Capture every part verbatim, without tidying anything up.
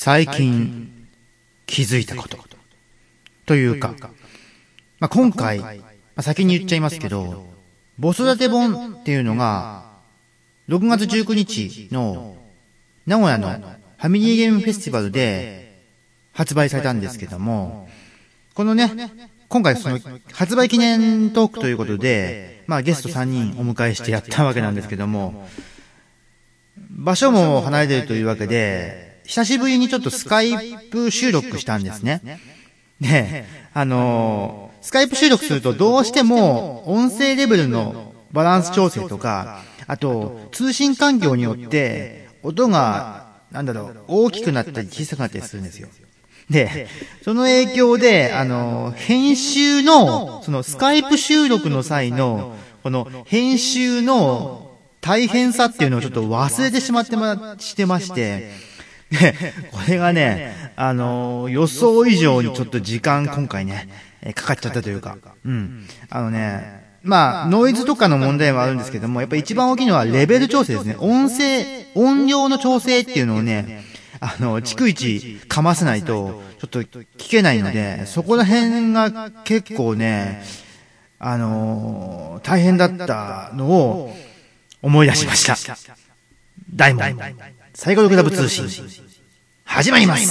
最近気づいたことというか、まあ、今回、まあ、先に言っちゃいますけど、ボス立て本っていうのがろくがつじゅうくにちの名古屋のファミリーゲームフェスティバルで発売されたんですけども、このね、今回その発売記念トークということで、まあゲストさんにんお迎えしてやったわけなんですけども、場所も離れてるというわけで、久しぶりにちょっとスカイプ収録したんですね。で、あのー、スカイプ収録するとどうしても音声レベルのバランス調整とか、あと通信環境によって音が、なんだろう、大きくなったり小さくなったりするんですよ。で、その影響で、あの、編集の、そのスカイプ収録の際の、この編集の大変さっていうのをちょっと忘れてしまってま、してまして、で、これがね、あの、予想以上にちょっと時間今回ね、かかっちゃったというか、うん。あのね、まあ、ノイズとかの問題もあるんですけども、やっぱ一番大きいのはレベル調整ですね。音声、音量の調整っていうのをね、あの、逐一かませないと、ちょっと聞けないので、そこら辺が結構ね、あのー、大変だったのを思い出しました。大門、サイコロクラブ通信、始まります。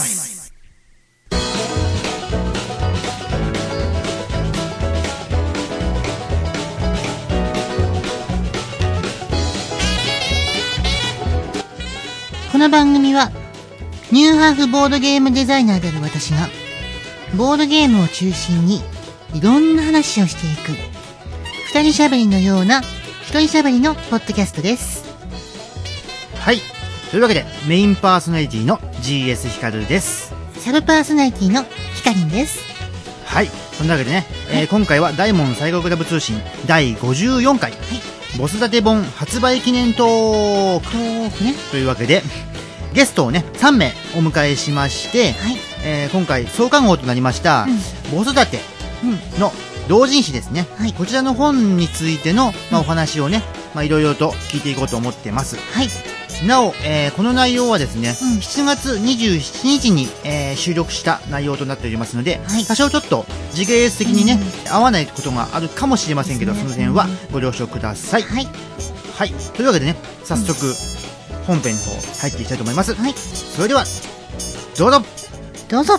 この番組は、ニューハーフボードゲームデザイナーである私が、ボードゲームを中心にいろんな話をしていく、二人喋りのような一人喋りのポッドキャストです。 はい。というわけで、メインパーソナリティの ジーエス ヒカルです。 サブパーソナリティのヒカリンです。 はい。そんなわけでね、えー、今回は大門サイコロクラブ通信だいごじゅうよんかい、はい、ボス立て本発売記念トーク、トークね、というわけで、ゲストをね、さんめいお迎えしまして、はい、えー、今回創刊号となりました、うん、ボス立ての同人誌ですね、はい、こちらの本についての、まあ、お話をね、まあ、いろいろと聞いていこうと思ってます。はい。なお、えー、この内容はですね、うん、しちがつにじゅうしちにちに、えー、収録した内容となっておりますので、はい、多少ちょっと時系列的にね、うん、合わないことがあるかもしれませんけど、その辺はご了承ください。はい。はい。というわけでね、早速、うん本編の方入っていきたいと思います。はい。それではどうぞどうぞ。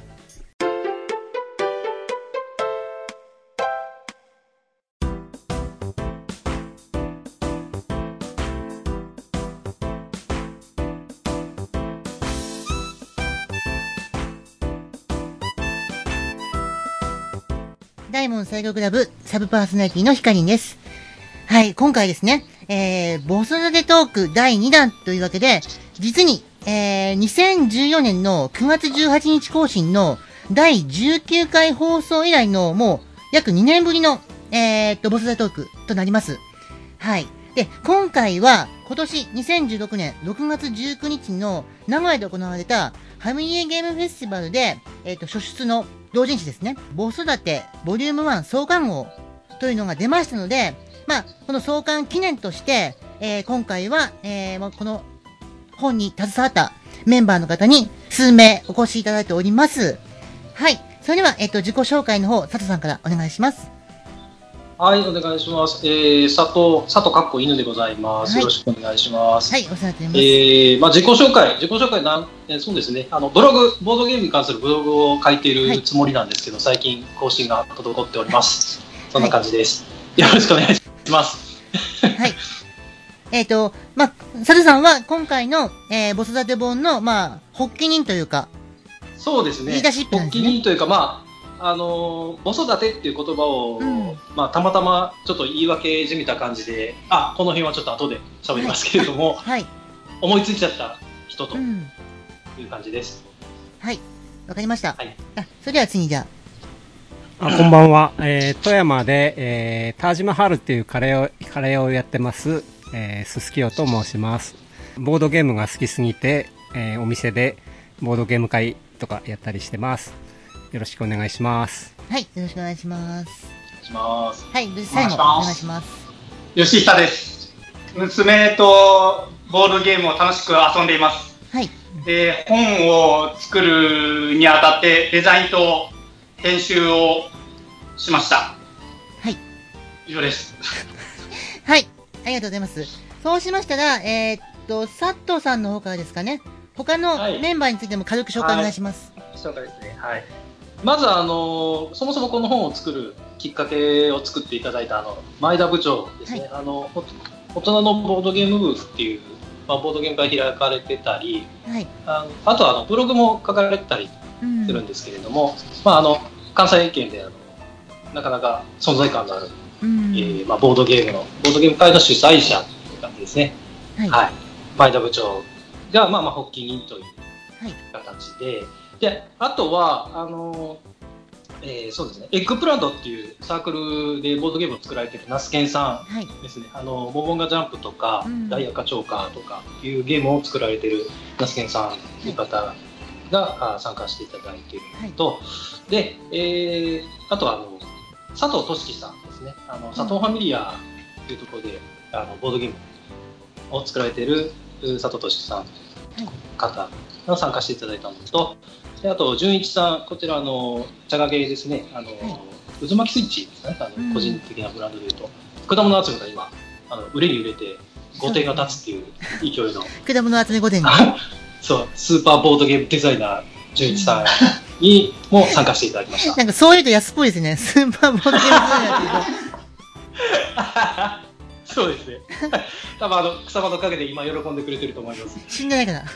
大門サイコロクラブサブパーソナリティのヒカリンです。はい、今回ですね、えー、ボス立てトークだいにだんというわけで、実に、えー、にせんじゅうよねんのくがつじゅうはちにち更新のだいじゅうきゅうかい放送以来のもう約にねんぶりの、えー、っと、ボス立てトークとなります。はい。で、今回は今年にせんじゅうろくねんろくがつじゅうくにちの名古屋で行われたファミリーゲームフェスティバルで、えー、っと、初出の同人誌ですね。ボス立てボリュームワン創刊号というのが出ましたので、まあ、この創刊記念として、えー、今回は、えー、この本に携わったメンバーの方に数名お越しいただいております。はい。それでは、えっと、自己紹介の方、佐藤さんからお願いします。 はい、お願いします。えー、佐藤、佐藤かっこ犬でございます。はい、よろしくお願いします。 はい、お世話になっております。 えー、まあ、自己紹介、自己紹介なん、えー、そうですね、あの、ブログ、ボードゲームに関するブログを書いているつもりなんですけど、はい、最近更新が滞っております。そんな感じです。はい、よろしくお願いします。 はい。えっと、まあ、佐藤さんは今回の、えー、ボス立て本の、まあ、発起人というか、 そうですね。 リーダーシップなんですね。 発起人というか、まあ、あの、ボス立てっていう言葉を、うん、まあ、たまたまちょっと言い訳じみた感じで、あ、この辺はちょっと後で喋りますけれども、はいはい、思いついちゃった人という感じです。 うん、はい。わかりました。はい、あ、それでは次じゃあ。あ、こんばんは。えー、富山で、えー、タージマハルっていうカレーを、カレーをやってます、えー、すすきよと申します。ボードゲームが好きすぎて、えー、お店でボードゲーム会とかやったりしてます。よろしくお願いします。 はい、よろしくお願いします。 お願いします。 はい、最後お願いします。 吉久です。娘とボードゲームを楽しく遊んでいます。 はい。 えー、本を作るにあたってデザインと編集をしました。 はい。 以上です。 はい。ありがとうございます。そうしましたら、えー、っと、佐藤さんの方からですかね。他のメンバーについても軽く紹介お願いします。 はいはい、紹介ですね。はい。まず、あの、そもそもこの本を作るきっかけを作っていただいた、あの、前田部長ですね。はい、あの、大人のボードゲーム部っていう、まあ、ボードゲーム会開かれてたり、はい、あ, あとはあのブログも書かれてたりするんですけれども、うん、まあ、あの関西圏であのなかなか存在感のある、うん、えーまあ、ボードゲームのボードゲーム会の主催者という感じですね。はい、はい、前田部長が、まあ、まあ発起人という形で、はい、であとはあの、えー、そうですね、エッグプラントっていうサークルでボードゲームを作られているナスケンさんですね。はい、あのモモンガジャンプとか、うん、ダイヤカチョーカーとかいうゲームを作られているナスケンさんという方が、はい、参加していただいているのと、はい、で、えー、あとはあの佐藤俊樹さんですね。あの佐藤ファミリアというところで、うん、あのボードゲームを作られている佐藤俊樹さん方が参加していただいたのと、であと純一さん、こちらの茶掛けですね、あの、はい、渦巻きスイッチですね、あの、うん、個人的なブランドでいうと果物集めが今あの売れに売れてごてんが立つっていう勢いの果物集めごてんそうスーパーボードゲームデザイナー純一さんにも参加していただきました。 なんかそういうと安っぽいですね、スーパーボードゲームデザイナーっていうとそうですね。多分あの草間の陰で今喜んでくれてると思います。 死んでないかな。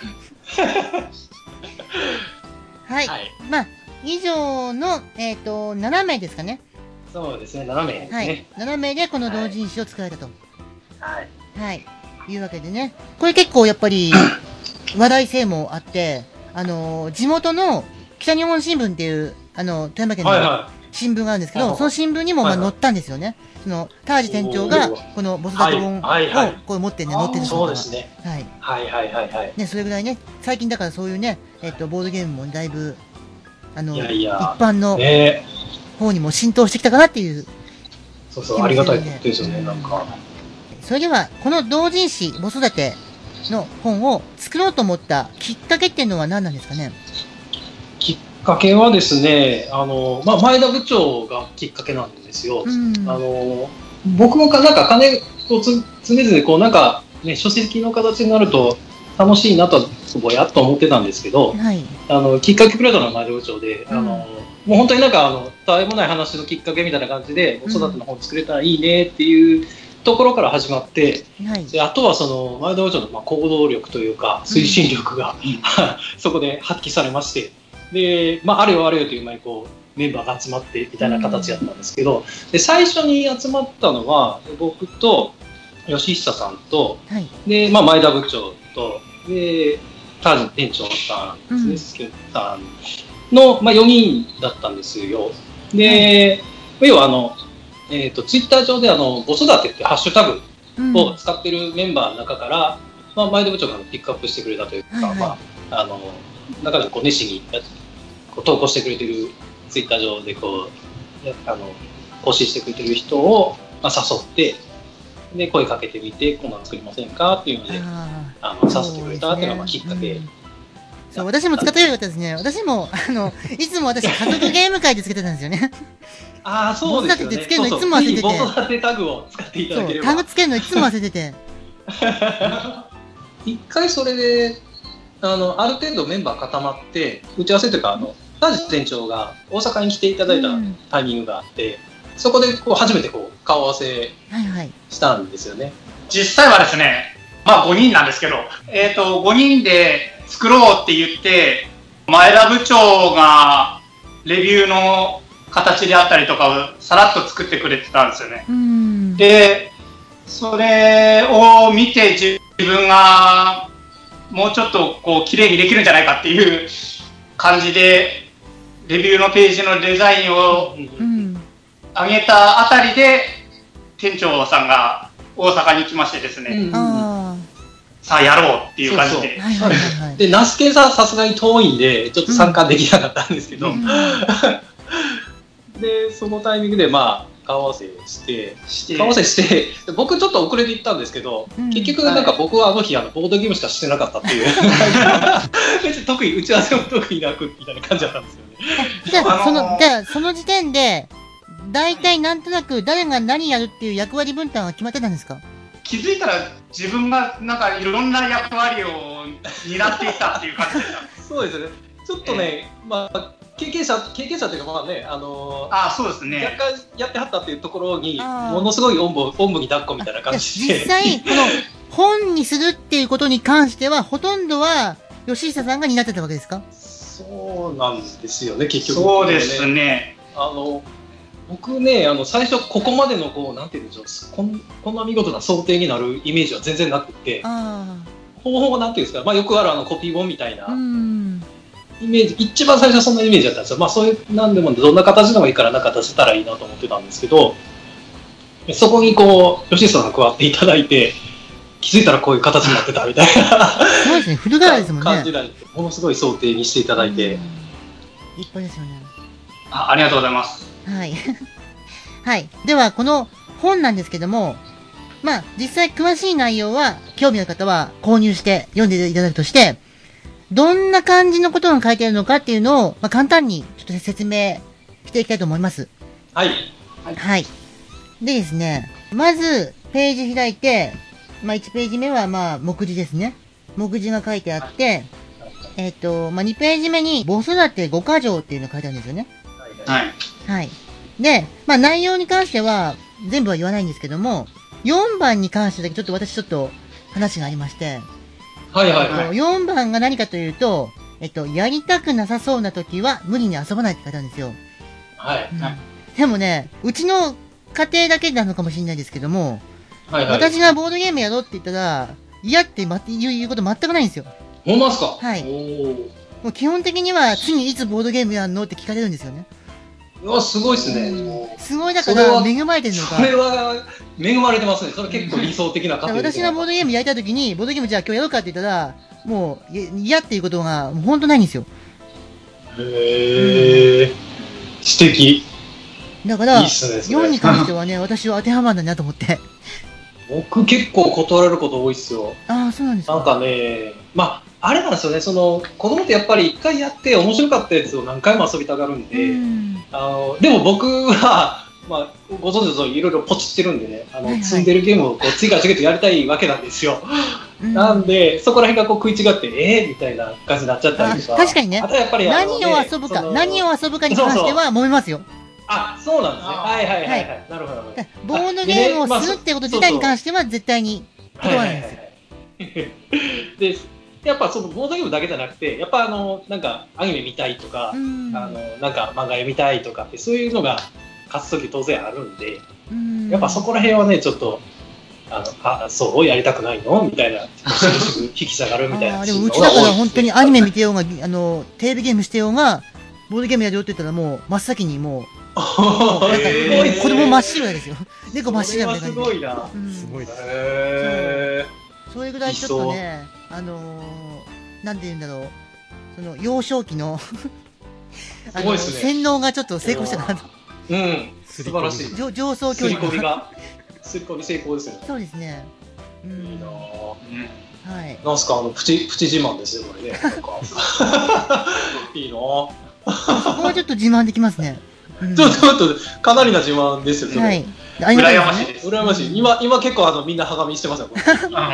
はい、はい、まあ以上のえっ、ー、とななめいですかね。 そうですね、ななめいですね。はい、 ななめいでこの同人誌を作られたと。はい。はい。いうわけでね、これ結構やっぱり話題性もあって、あのー、地元の北日本新聞っていうあの富山県の新聞があるんですけど、はいはい、その新聞にもまあ載ったんですよね。そのタージ店長がこのボスダテ本をこう持ってね載ってるそうですね。はい。はいはいはいはい。 ね、それぐらいね、最近だからそういうね、えっとボードゲームもだいぶあのいやいや一般の方にも浸透してきたかなっていう、ね。 そうそう、ありがたいことですよね、なんか。 それではこの同人誌ボス育ての本を作ろうと思ったきっかけっていうのは何なんですかね。 きっかけはですね、あの、まあ、前田部長がきっかけなんですよ。うん、あの僕もなんか金をつ常々こうなんか、ね、書籍の形になると楽しいなとぼやっと思ってたんですけど、はい、あのきっかけくれたのは前田部長で、うん、あのもう本当になんかあのたわいもない話のきっかけみたいな感じで子育ての本作れたらいいねっていうところから始まって、はい、であとはその前田部長のまあ行動力というか推進力が、うん、そこで発揮されまして、で、まあ、あれよあれよという前にこうメンバーが集まってみたいな形だったんですけど、うん、で最初に集まったのは僕と吉久さんと、はい、でまあ、前田部長とでタージ店長さんですね、スケさんの、まあ、よにんだったんですよ。で、はい、要はあの、えーと、ツイッター上であの子育てってハッシュタグを使ってるメンバーの中から、うん、まあ、前田部長がピックアップしてくれたというか、はいはい、まあ、あの中でこう熱心にこう投稿してくれてるツイッター上でこうあの更新してくれてる人を、まあ、誘ってで声かけてみてこんなの作りませんかっていうのであの誘ってくれたっていうのがまあきっかけ、うん、 そう私も使ったよかったですね。私もあのいつも私家族ゲーム会でつけてたんですよね。 ああそうですよね。 ボスだってつけるのいつも忘れてて、 ボスだってタグを使っていただければ、 タグつけるのいつも忘れてて一回それであのある程度メンバー固まって打ち合わせというかあのタージ店長が大阪に来ていただいたタイミングがあって、うん、そこでこう初めてこう顔合わせしたんですよね。はいはい、 実際はですね、まあごにんなんですけど、えーと、ごにんで作ろうって言って前田部長がレビューの形であったりとかをさらっと作ってくれてたんですよね。うん、でそれを見て自分がもうちょっとこう綺麗にできるんじゃないかっていう感じでレビューのページのデザインを上げたあたりで店長さんが大阪に来ましてですね、うん、さあやろうっていう感じで、 そうそうでナスケンさんさすがに遠いんでちょっと参加できなかったんですけど、うん、でそのタイミングでまあ顔合わせして、して顔合わせして、僕ちょっと遅れて行ったんですけど、うん、結局なんか僕はあの日あのボードゲームしかしてなかったっていう、別に特に打ち合わせも特になくみたいな感じだったんですよね。 じゃあ、その、じゃあその時点で、大体なんとなく誰が何やるっていう役割分担は決まってたんですか？ 気づいたら自分がなんかいろんな役割を担っていたっていう感じでした。 そうですね。ちょっとね、えー、まあ経験者経験者というかまあね、あのー、 あ、そうですね。 若干やってはったっていうところにものすごいおんぶおんぶに抱っこみたいな感じで。 実際この本にするっていうことに関してはほとんどは吉久さんが担ってたわけですか？ そうなんですよね、結局、 ね。そうですね。 あの僕ね、あの最初ここまでのこうなんていうんでしょう、こん、こんな見事な想定になるイメージは全然なくて、ほぼほぼなんていうんですか、まあ、よくあるあのコピー本みたいなイメージ、一番最初はそんなイメージだったんですよ。まあそういうなんでもどんな形でもいいからなんか出せたらいいなと思ってたんですけど、そこにこう吉井さんが加わっていただいて、気づいたらこういう形になってたみたいなそうですね、フルガラですもんね。 感じでものすごい想定にしていただいて、 立派ですよね。 あ、ありがとうございます。 はい。はい。では、この本なんですけども、まあ、実際詳しい内容は、興味ある方は購入して読んでいただくとして、どんな感じのことが書いてあるのかっていうのを、まあ、簡単にちょっと説明していきたいと思います。 はい。 はい。はい。でですね、まず、ページ開いて、まあ、いちページ目は、まあ、目次ですね。目次が書いてあって、えっと、まあ、にページ目に、子育てごか条っていうのが書いてあるんですよね。 はい。 はい。で、まあ内容に関しては全部は言わないんですけども、よんばんに関してだけちょっと私ちょっと話がありまして、 はいはいはい。 よんばんが何かというと、えっと、やりたくなさそうな時は無理に遊ばないって書いてあるんですよ。 はい。うん、 でもね、うちの家庭だけなのかもしれないですけども、 はいはい、 私がボードゲームやろうって言ったら、嫌って言う言うこと全くないんですよ。 ほんまですか？ はい。もう基本的には次いつボードゲームやんのって聞かれるんですよね。 うわ、すごいですね。 すごいだから恵まれてるのか。 それは恵まれてますね。それ結構理想的な家庭です。 私がボードゲームやりたいときに、ボードゲームじゃあ今日やろうかって言ったら、もう嫌っていうことがもう本当ないんですよ。 へー、うん、素敵。 だから、いいっすね、よんに関してはね、私は当てはまるんだなと思って。 僕結構断られること多いっすよ。 ああ、そうなんですか。 なんかね、まあ、あれなんですよね、その子供ってやっぱり一回やって面白かったやつを何回も遊びたがるんで、うん、あのでも僕は、まあ、ご存知の通りいろいろポチってるんでね、あの、はいはい、積んでるゲームをこう次から次へとやりたいわけなんですよ。うん、なんで、そこら辺がこう食い違って、えーみたいな感じになっちゃったりとか。 確かにね。あとやっぱり何を遊ぶか、何を遊ぶかに関しては揉めますよ。 あ、そうなんですね。はいはいはいはい。なるほど。 ボードゲームをするってこと自体に関しては絶対に断らないんですよ。で、やっぱそのボードゲームだけじゃなくて、やっぱあの、なんかアニメ見たいとか、あの、なんか漫画読みたいとかって、そういうのが勝つとき当然あるんで、やっぱそこら辺はね、ちょっと、あの、あ、そうやりたくないのみたいな、引き下がるみたいな。 でもうちだから本当にアニメ見てようが、あの、テレビゲームしてようが、ボードゲームやるよって言ったらもう真っ先にもう、なんか子供真っ白ですよ。猫真っ白みたいな感じで。 すごいな。 すごいな。 それぐらいちょっとね、あのー、なんて言うんだろう、その幼少期のあの、ね、洗脳がちょっと成功したかなと。 うん、素晴らしい。 上上層教育が。すり込み成功ですよね。 そうですね。 うん、いいなぁ。 うん、はい。 なんすか、あのプチプチ自慢ですね、これね。なんかいいなぁ。 そこはちょっと自慢できますね。 うん、ちょっとちょっとかなりな自慢ですよね。 はい。 羨ましいです。 羨ましい。今今結構あのみんなはがみしてますよ。 はい。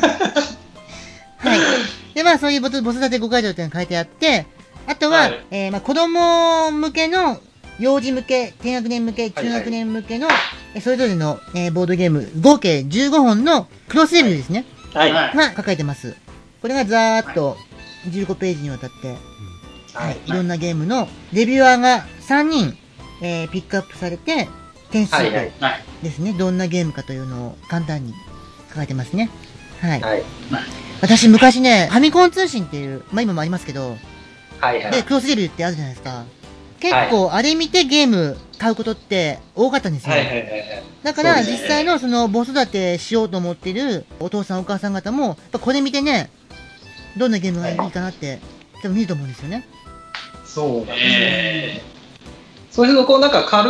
でまあそういうボスボス立てごか条というのが書いてあって、あとは、はい、えー、まあ子供向けの幼児向け、低学年向け、中学年向けの、はいはい、それぞれの、えー、ボードゲーム合計じゅうごほんのクロスレビューですね。 はい。 が書かれてます。これがざーっとじゅうごページにわたって、はい、いろんなゲームのレビュアーがさんにん、えー、ピックアップされて、点数ですね、どんなゲームかというのを簡単に書かれてますね。はい。はい、私昔ね、ファミコン通信っていう、まあ今もありますけど、 はいはい、 で、クロスレビューってあるじゃないですか。結構あれ見てゲーム買うことって多かったんですよ。はいはいはいはい、だから実際のその子育てしようと思ってるお父さんお母さん方も、やっぱこれ見てね、どんなゲームがいいかなって、多分見ると思うんですよね。 そうなんですね。そういうのこうなんか軽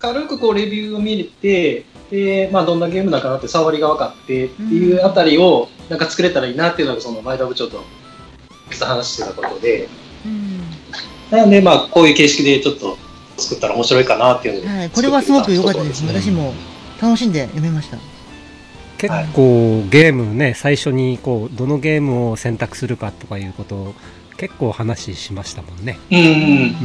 軽くこうレビューを見れて、で、まあ、どんなゲームだかなって触りが分かってっていうあたりをなんか作れたらいいなっていうのがその前田部長と話してたことで、うん、なのでまあこういう形式でちょっと作ったら面白いかなっていうので、 はい、これはすごく良かったです。私も楽しんで読めました。 結構ゲームね、最初にこうどのゲームを選択するかとかいうことを結構話しましたもんね。 うん、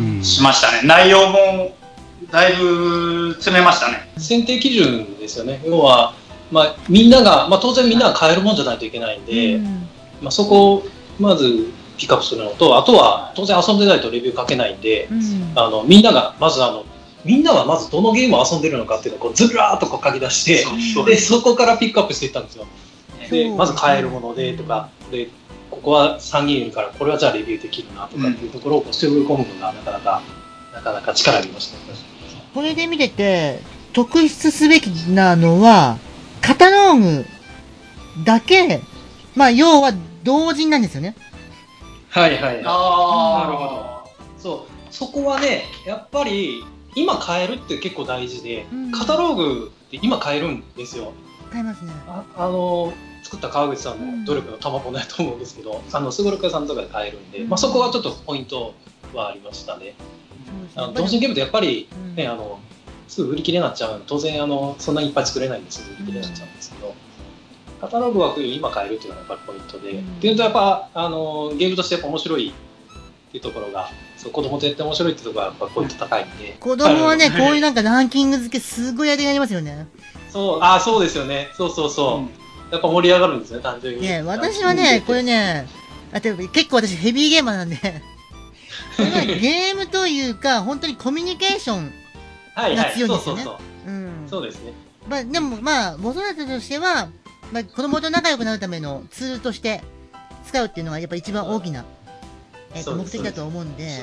うん、しましたね。内容もだいぶ詰めましたね。 選定基準ですよね。要は、まあ、みんなが、まあ、当然みんなが変えるもんじゃないといけないんで、うん、まあ、そこをまずピックアップするのと、あとは当然遊んでないとレビュー書けないんで、うん、あのみんながまずあのみんなはまずどのゲームを遊んでるのかっていうのをこうずらーっとこう書き出して、そうでそこからピックアップしていったんですよ。でまず買えるものでとかで、ここはさんにんいるからこれはじゃあレビューできるなとかっていうところをこう絞り込むのがなかなかなかなか力ありました。 これで見てて特筆すべきなのはカタログだけ、まあ要は同人なんですよね。 はいはい。ああ、なるほど。そう、そこはねやっぱり今買えるって結構大事で、うん、カタログって今買えるんですよ。 買えますね。 あ、あの作った川口さんの努力の賜物だと思うんですけど、うん、あのすごろく屋さんとかで買えるんで、うん、まあ、そこはちょっとポイントはありましたね。うん、あの同人ゲームってやっぱり、ね、うん、あのすぐ売り切れになっちゃう、当然あのそんなにいっぱい作れないんですぐ売り切れになっちゃうんですけど、うん、カタログは今買えるっていうのがやっぱりポイントで、うん、っていうとやっぱあのゲームとしてやっぱ面白いっていうところが、そう子供とやって面白いっていうところがやっぱポイント高いんで、 子供はね、こういうなんかランキング付けすごいやりがいありますよね。 そう、あ、そうですよね。そうそうそう、うん、やっぱ盛り上がるんですね、単純に。 ね、私はね、これね、あと結構私ヘビーゲーマーなんでこれはゲームというか本当にコミュニケーションが強いんですよね。 そうですね。 まあでもまあ子育てとしては、まあ、子供と仲良くなるためのツールとして使うっていうのがやっぱ一番大きな、えー、と目的だと思うんで、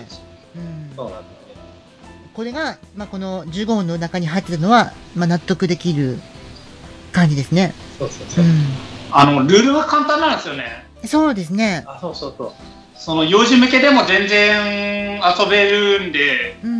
これが、まあ、このじゅうごふんの中に入ってるのは、まあ、納得できる感じですね。 そうそうそう、うん、 あのルールが簡単なんですよね。 そうですね。 あ、そうそうそう。 その幼児向けでも全然遊べるんで、うん、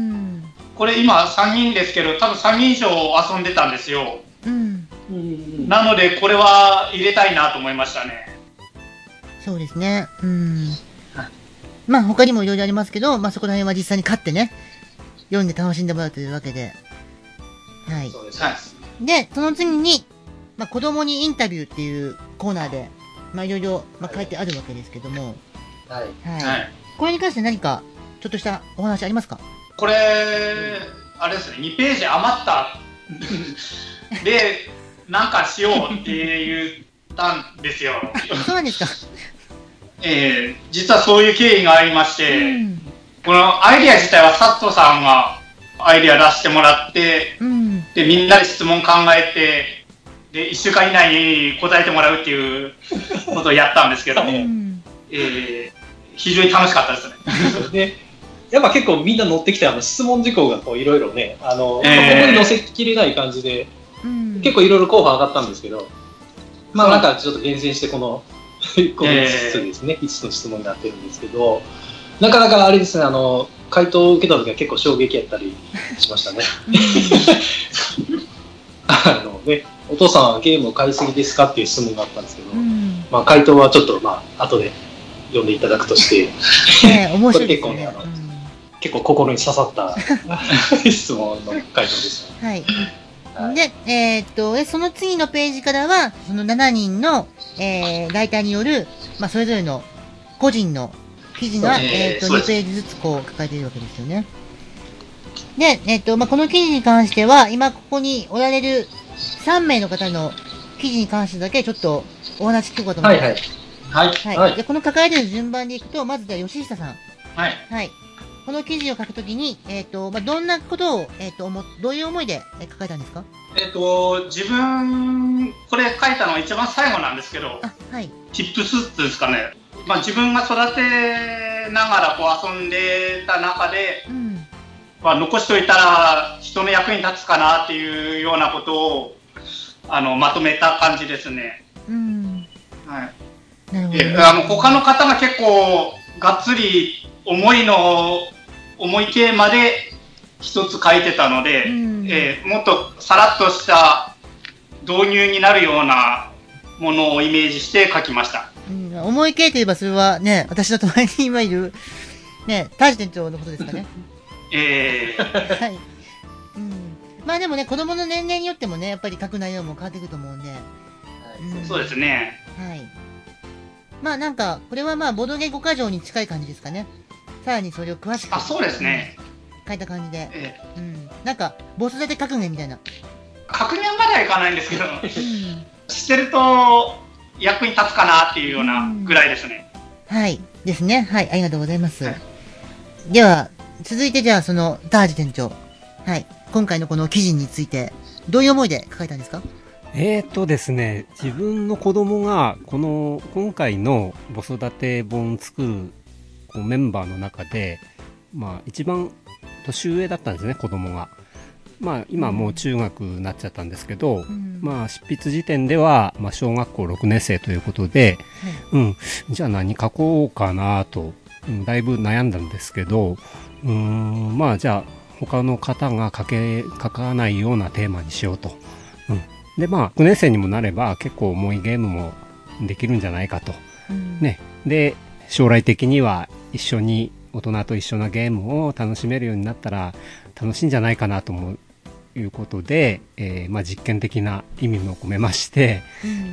これ今さんにんですけど多分さんにん以上遊んでたんですよ。うん、なのでこれは入れたいなと思いましたね。 そうですね。うん。まあ他にもいろいろありますけど、まあそこら辺は実際に買ってね、読んで楽しんでもらうというわけで。はい。そうです。で、その次に、まあ子供にインタビューっていうコーナーで、まあいろいろ、まあ書いてあるわけですけども。はい。はい。はい、これに関して何か、ちょっとしたお話ありますか？ これ、あれですね、にページ余ったで、なんかしようって言ったんですよ。 そうなんですか。 えー、実はそういう経緯がありまして、うん、このアイディア自体はサットさんがアイディア出してもらって、うん、でみんなで質問考えて、でいっしゅうかん以内に答えてもらうっていうことをやったんですけども、うん、えー、非常に楽しかったですね。 でやっぱ結構みんな乗ってきて、あの質問事項がいろいろね、あの、えー、ここに載せきれない感じで、うん、結構いろいろ候補上がったんですけど、まあなんかちょっと厳選してこのこのいつつですね、いつつの質問になってるんですけど、なかなかあれですね、あの回答を受けた時は結構衝撃やったりしましたね。あのね、お父さんはゲームを買いすぎですかっていう質問があったんですけど、うん、まあ回答はちょっとまあ後で読んでいただくとして、 ね、面白いですね。これ結構ね、あの、うん、 結構心に刺さった質問の回答でした。 はい。で、えー、っと、その次のページからは、そのしちにんの、えー、ライターによる、まあ、それぞれの個人の記事が、えー、っと、にページずつこう書かれているわけですよね。で、えー、っと、まあ、この記事に関しては、今ここにおられるさんめいの方の記事に関してだけちょっとお話聞こうと思います。 はいはい。はい。はい、 で、この書かれている順番でいくと、まずでは吉下さん。 はい。 はい。この記事を書くときに、えっ、ー、と、まあ、どんなことを、えっ、ー、と、思、どういう思いで書かれたんですか？ えっ、ー、と、自分、これ書いたのは一番最後なんですけど、 あ、はい。 チップスっていうんですかね。まあ、自分が育てながらこう遊んでた中で、うん、まあ、残しておいたら人の役に立つかなっていうようなことを、あの、まとめた感じですね。 うん。 はい。なるほど。え、あの、他の方が結構、がっつり、思いの、重いテーマで一つ書いてたので、うん、 えー、もっとさらっとした導入になるようなものをイメージして書きました。 うん、思い系といえばそれはね、私の隣に今いる、ね、タージ店長のことですかね。 えー、 はい。うん。まあでもね、子供の年齢によってもね、やっぱり書く内容も変わってくると思うんで。 うん、そうですね。 はい。まあなんか、これはまあ、ボドゲごか条に近い感じですかね。さらにそれを詳しく。 あ、そうですね。 書いた感じで。 えー、うん。なんか、ボス立て格言みたいな。 格言まではいかないんですけど、うん、知ってると役に立つかなっていうようなぐらいですね。 うん、はい。ですね。はい。ありがとうございます。はい、では、続いてじゃあ、その、タージ店長。はい。今回のこの記事について、どういう思いで書かれたんですか？ えーとですね、自分の子供が、この、今回の子育て本作るこうメンバーの中で、まあ、一番年上だったんですね、子供が。まあ、今もう中学になっちゃったんですけど、うん、まあ、執筆時点では、まあ、小学校ろくねん生ということで、うん、じゃあ何書こうかなと、うん、だいぶ悩んだんですけど、うーん、まあ、じゃあ、他の方が書け、書かないようなテーマにしようと。うん。で、まあ、ろくねん生にもなれば結構重いゲームもできるんじゃないかと。うん、ね。で、将来的には一緒に、大人と一緒なゲームを楽しめるようになったら楽しいんじゃないかなと思う。いうことで、えー、まあ実験的な意味も込めまして、うんうん、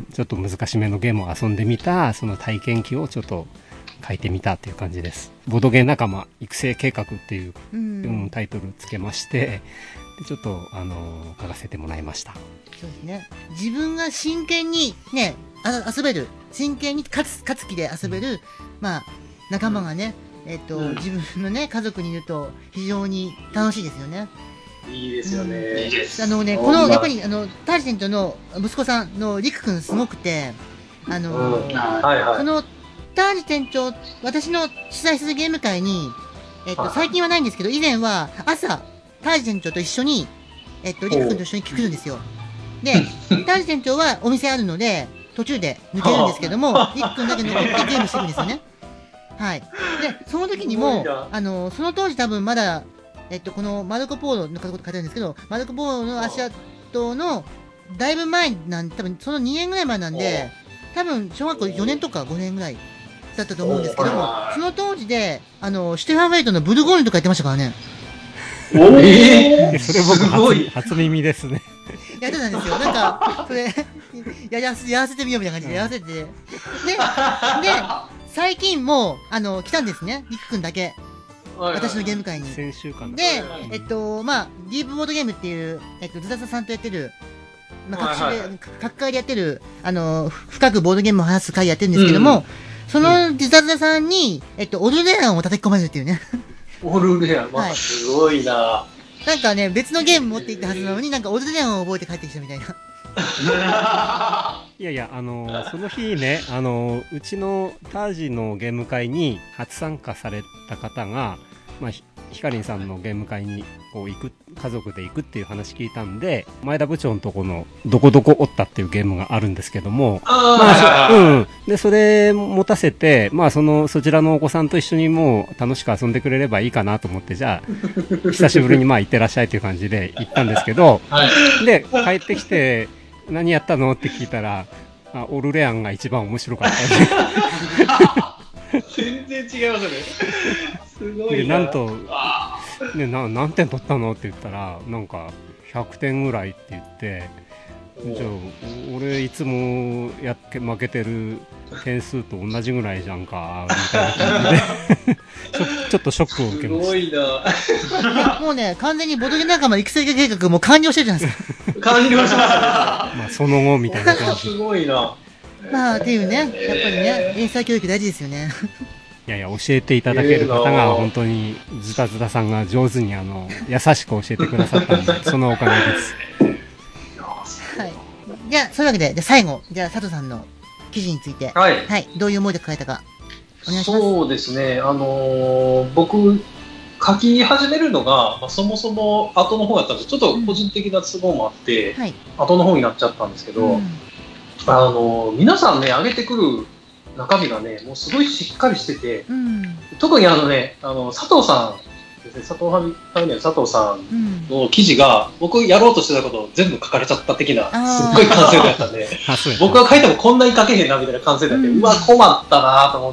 ちょっと難しめのゲームを遊んでみたその体験記をちょっと書いてみたという感じです。ボドゲ仲間育成計画っていう、うんうん、タイトルつけましてでちょっと、あのー、書かせてもらいました。 そうですね。自分が真剣にねあ遊べる真剣に勝つ勝つ気で遊べる、うん、まあ仲間がね、えっと、うん、自分のね家族にいると非常に楽しいですよね。 いいですよね。うん、いいです。 あのね、この、やっぱり、あの、タージ店長の息子さんのリク君すごくて、あの、うんはいはい、その、タージ店長、私の主催するゲーム会に、えっと、最近はないんですけど、以前は朝、タージ店長と一緒に、えっと、リク君と一緒に来るんですよ。で、タージ店長はお店あるので、途中で抜けるんですけども、リク君だけ残ってゲームしてるんですよね。はい。で、その時にも、あの、その当時多分まだ、えっと、このマルコ・ポーロのこと書いてあるんですけど、マルコ・ポーロの足跡のだいぶ前なん多分そのにねんぐらい前なんで、多分小学校よねんとかごねんぐらいだったと思うんですけども、その当時で、あの、シュテファン・フェイトのブルゴーニュとかやってましたからね。 おーそれ僕初、初耳ですね。 やってたんですよ。なんか、それ、やらせ、やらせてみようみたいな感じでやらせて。で、で、最近も、あの、来たんですね。リク君だけ。私のゲーム会に。 先週間で、えっと、まあ、ディープボードゲームっていう、えっと、ズダサさんとやってる、まあ、各種で、各界でやってる、あの、深くボードゲームを話す会やってるんですけども、うん、そのズダサさんに、えっと、オルレアンを叩き込まれるっていうね。 オルレアン、まあ、すごいな。 なんかね、別のゲーム持っていったはずなのに、なんかオルレアンを覚えて帰ってきたみたいな。 いやいや、あのー、その日ね、あのー、うちのタージのゲーム会に初参加された方が、まあ、ひかりんさんのゲーム会にこう行く、家族で行くっていう話聞いたんで、前田部長のとこのどこどこおったっていうゲームがあるんですけども、まあ、うん。で、それ持たせて、まあ、その、そちらのお子さんと一緒にもう楽しく遊んでくれればいいかなと思って、じゃあ、久しぶりにまあ行ってらっしゃいという感じで行ったんですけど、はい、で、帰ってきて、何やったのって聞いたら、あオルレアンが一番面白かった全然違いますね。すごいな。 で、なんと、ね、な何点取ったのって言ったら、なんかひゃくてんぐらいって言って、じゃあ、俺いつもやっけ負けてる点数と同じぐらいじゃんか、みたいな感じでちょ、ちょっとショックを受けました。 すごいな。 もうね、完全にボドゲ仲間育成計画も完了してるじゃないですか。 完了しましたね。 まあ、その後みたいな感じ。 すごいな。 まあ、っていうね、やっぱりね、英才教育大事ですよね。 いやいや、教えていただける方が本当に、ズタズタさんが上手に、あの、優しく教えてくださったので、そのおかげです。 はい。じゃあ、そういうわけで、じゃあ最後、じゃあ佐藤さんの記事について、はい。はい。どういう思いで書かれたか、お願いします。 そうですね、あのー、僕、書き始めるのが、まあ、そもそも後の方やったんで、ちょっと個人的な都合もあって、うんはい、後の方になっちゃったんですけど、うん、あのー、皆さんね、上げてくる中身がね、もうすごいしっかりしてて、うん、特にあのね、あの佐藤さですね、佐藤ファミリアの佐藤さんの記事が、僕やろうとしてたことを全部書かれちゃった的な、すっごい完成度やったんで、僕が書いてもこんなに書けへんなみたいな完成度やって、うん、うわ、困ったなと思って、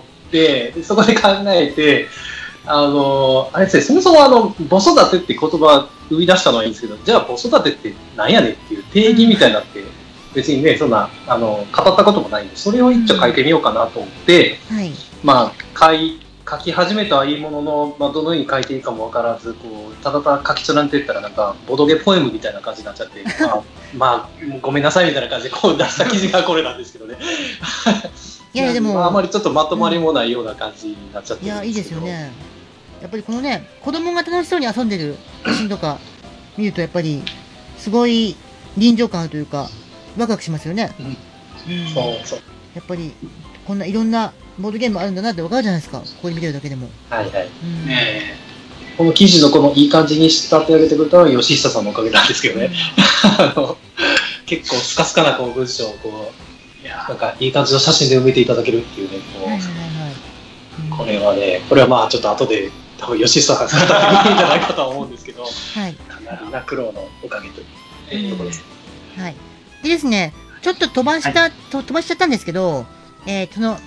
でそこで考えて、あの、あれですね、そもそもあの、母育てって言葉生み出したのはいいんですけど、じゃあ母育てって何やねんっていう定義みたいになって、別にね、そんな、あの、語ったこともないんで、それを一丁書いてみようかなと思って、うん、はい、まあ、書い、書き始めたはいいものの、まあ、どのように書いていいかもわからず、こう、ただただ書き連ねていったら、なんか、ボドゲポエムみたいな感じになっちゃって、まあ、まあ、ごめんなさいみたいな感じで、こう出した記事がこれなんですけどね。いや、でも、まあ、あまりちょっとまとまりもないような感じになっちゃってるんですけど、うん、いや、いいですよね。 やっぱりこのね、子供が楽しそうに遊んでる写真とか見ると、やっぱり、すごい臨場感あるというか、ワクワクしますよね。うん。うん、そうそう。やっぱり、こんないろんなボードゲームあるんだなってわかるじゃないですか。ここに見てるだけでも。 はいはい。うん、ねこの記事のこのいい感じに仕立て上げてくれたのは吉久さんのおかげなんですけどね。うん、あの結構スカスカなこう文章をこう、いやなんかいい感じの写真で埋めていただけるっていうね、こう、はいはいはいうん、これはね、これはまあちょっと後で多分吉久さんが語ってくれるんじゃないかとは思うんですけど、はい、かなりな苦労のおかげというところです。 はい。でですね、ちょっと飛ばした、はい、と飛ばしちゃったんですけど、えー、その、はい、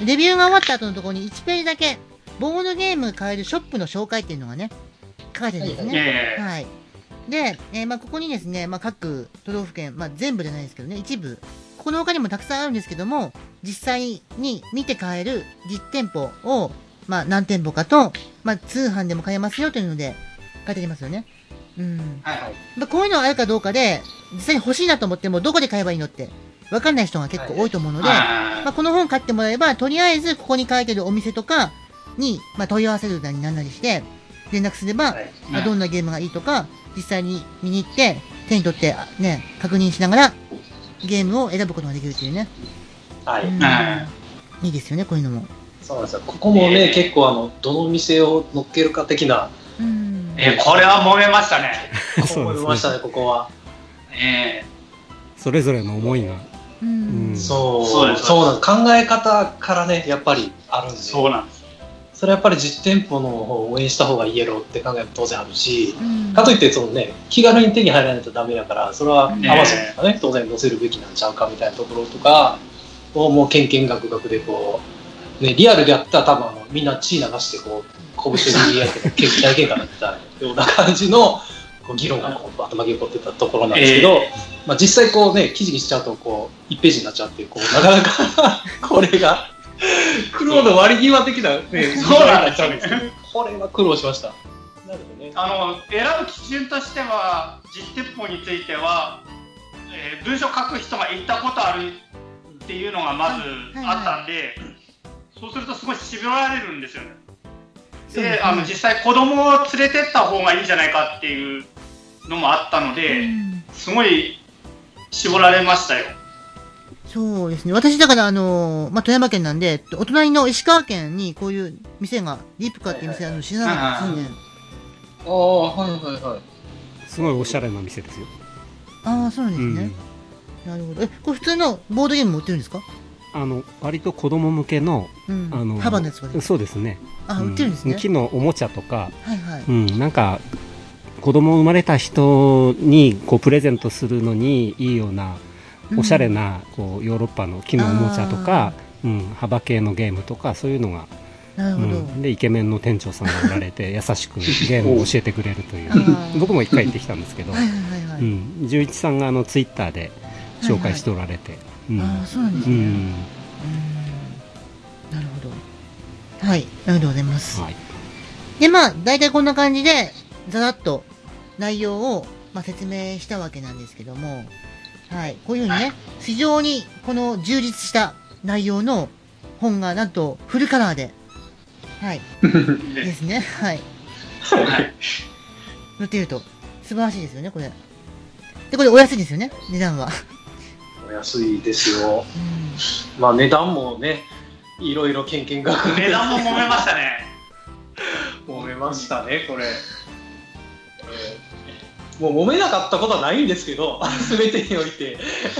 レビューが終わった後のところにいちページだけ、ボードゲーム買えるショップの紹介っていうのがね、書かれてるんですね。はい。はい、で、えー、まあ、ここにですね、まあ、各都道府県、まあ、全部じゃないですけどね、一部、この他にもたくさんあるんですけども、実際に見て買える実店舗を、まあ、何店舗かと、まあ、通販でも買えますよというので、書いてありますよね。うん。はいはい。まあ、こういうのがあるかどうかで、実際に欲しいなと思っても、どこで買えばいいのって、わかんない人が結構多いと思うので、はいはい、まあ、この本買ってもらえば、とりあえずここに書いてるお店とかに、まあ、問い合わせるなりなんなりして、連絡すれば、はい、まあ、どんなゲームがいいとか、実際に見に行って、手に取って、ね、確認しながら、ゲームを選ぶことができるっていうね。はい。うん、いいですよね、こういうのも。 そうなんですよ。ここもね、えー、結構あの、どの店を乗っけるか的な。 うん、えー、これは揉めましたね。 揉めましたね、ここは。 えー、それぞれの思いが。 うん、そう、そうです。そうなんです。考え方からね、やっぱりあるんで。 そうなんです。 それはやっぱり実店舗の方を応援した方がいいやろって考えも当然あるし、うん、かといってそのね、気軽に手に入らないとダメだから、それはアマゾンとかね、当然載せるべきなんちゃうかみたいなところとかをもうけんけんがくがくでこう、ね、リアルでやったら多分あのみんな血流してこう、拳で言い合って大喧嘩になってたような感じのこう議論がこう頭に起こってたところなんですけど、えーまあ、実際こうね、記事にしちゃうとこう、いちページになっちゃって、こう、なかなかこれが、苦労の割り際的なね、 そうなんですよね。 これは苦労しました。なるほどね。 あの、選ぶ基準としては、実店舗については、えー、文章書く人が行ったことあるっていうのがまずあったんで、はいはい、そうするとすごい絞られるんですよね。で、あの、実際子供を連れてった方がいいんじゃないかっていうのもあったので、うん、すごい絞られましたよ。 そうですね。私だからあのー、まあ、富山県なんで、お隣の石川県にこういう店が、リプカっていう店あるの知らなかったですね。 ああ、はいはいはい。 すごいおしゃれな店ですよ。 ああ、そうなんですね。うん、なるほど。え、これ普通のボードゲームも売ってるんですか？ あの、割と子供向けの、うん、あの、 幅のやつがね。 そうですね。 あ、売ってるんですね。 木のおもちゃとか、 はいはい。 うん、なんか、子供生まれた人にこうプレゼントするのにいいような、おしゃれなこうヨーロッパの木のおもちゃとか、うん、幅系のゲームとかそういうのが、 なるほど、うん、 でイケメンの店長さんがおられて優しくゲームを教えてくれるという僕も一回行ってきたんですけど、純一さんがあのツイッターで紹介しておられて、 はいはいうん、ああそうなんですね、うん、なるほどはいありがとうございます、はい、でまあ大体こんな感じでざらっと内容を、まあ、説明したわけなんですけどもはい、こういうふうにね、非常にこの充実した内容の本がなんとフルカラーで、はい、ですね、はい。載っていると素晴らしいですよね、これ。で、これお安いですよね、値段は。 お安いですよ。うん、まあ値段もね、いろいろけんけんがく値段も揉めましたね。 揉めましたね、これ。もう揉めなかったことはないんですけど、すべてにおいて。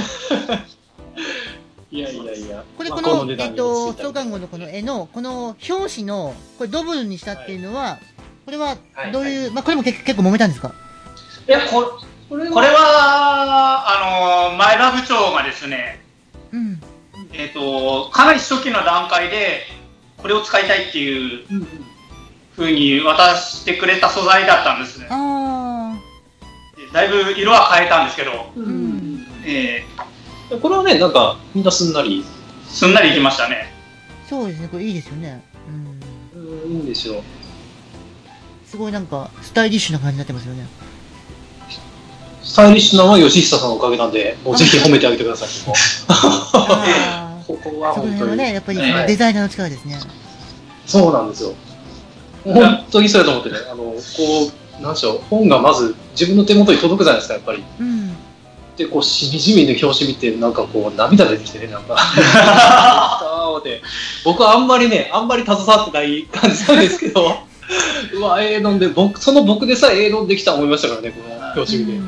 いやいやいや。 これこの、まあ、えっと、創刊号のこの絵の、この表紙の、これドブルにしたっていうのは、 これは、どういう、はいはい、まあ、これも結結構揉めたんですか？ いや、ここれは、これはあの、前田部長がですね、うん、えっと、かなり初期の段階で、これを使いたいっていうふうに渡してくれた素材だったんですね。あだいぶ色は変えたんですけど、うんえー、これはね、なんか、みんなすんなり。 すんなりいきましたね。 そうですね、これいいですよね。 うん、うんいいんですよ。 すごいなんか、スタイリッシュな感じになってますよね。 スタイリッシュなのは吉久さんのおかげなんで、もうぜひ褒めてあげてください。 ここは本当にね、やっぱりデザイナーの力ですね。 そうなんですよ。本当にそうやと思ってね、あのこうなんでしょう、本がまず自分の手元に届くじゃないですか、やっぱり。うん、で、こうしみじみの表紙見て、なんかこう涙出てきてね、なんか。僕はあんまりね、あんまり携わってない感じなんですけど、うわ、ええ飲んで、僕その僕でさええ飲んできた思いましたからね、この表紙見て。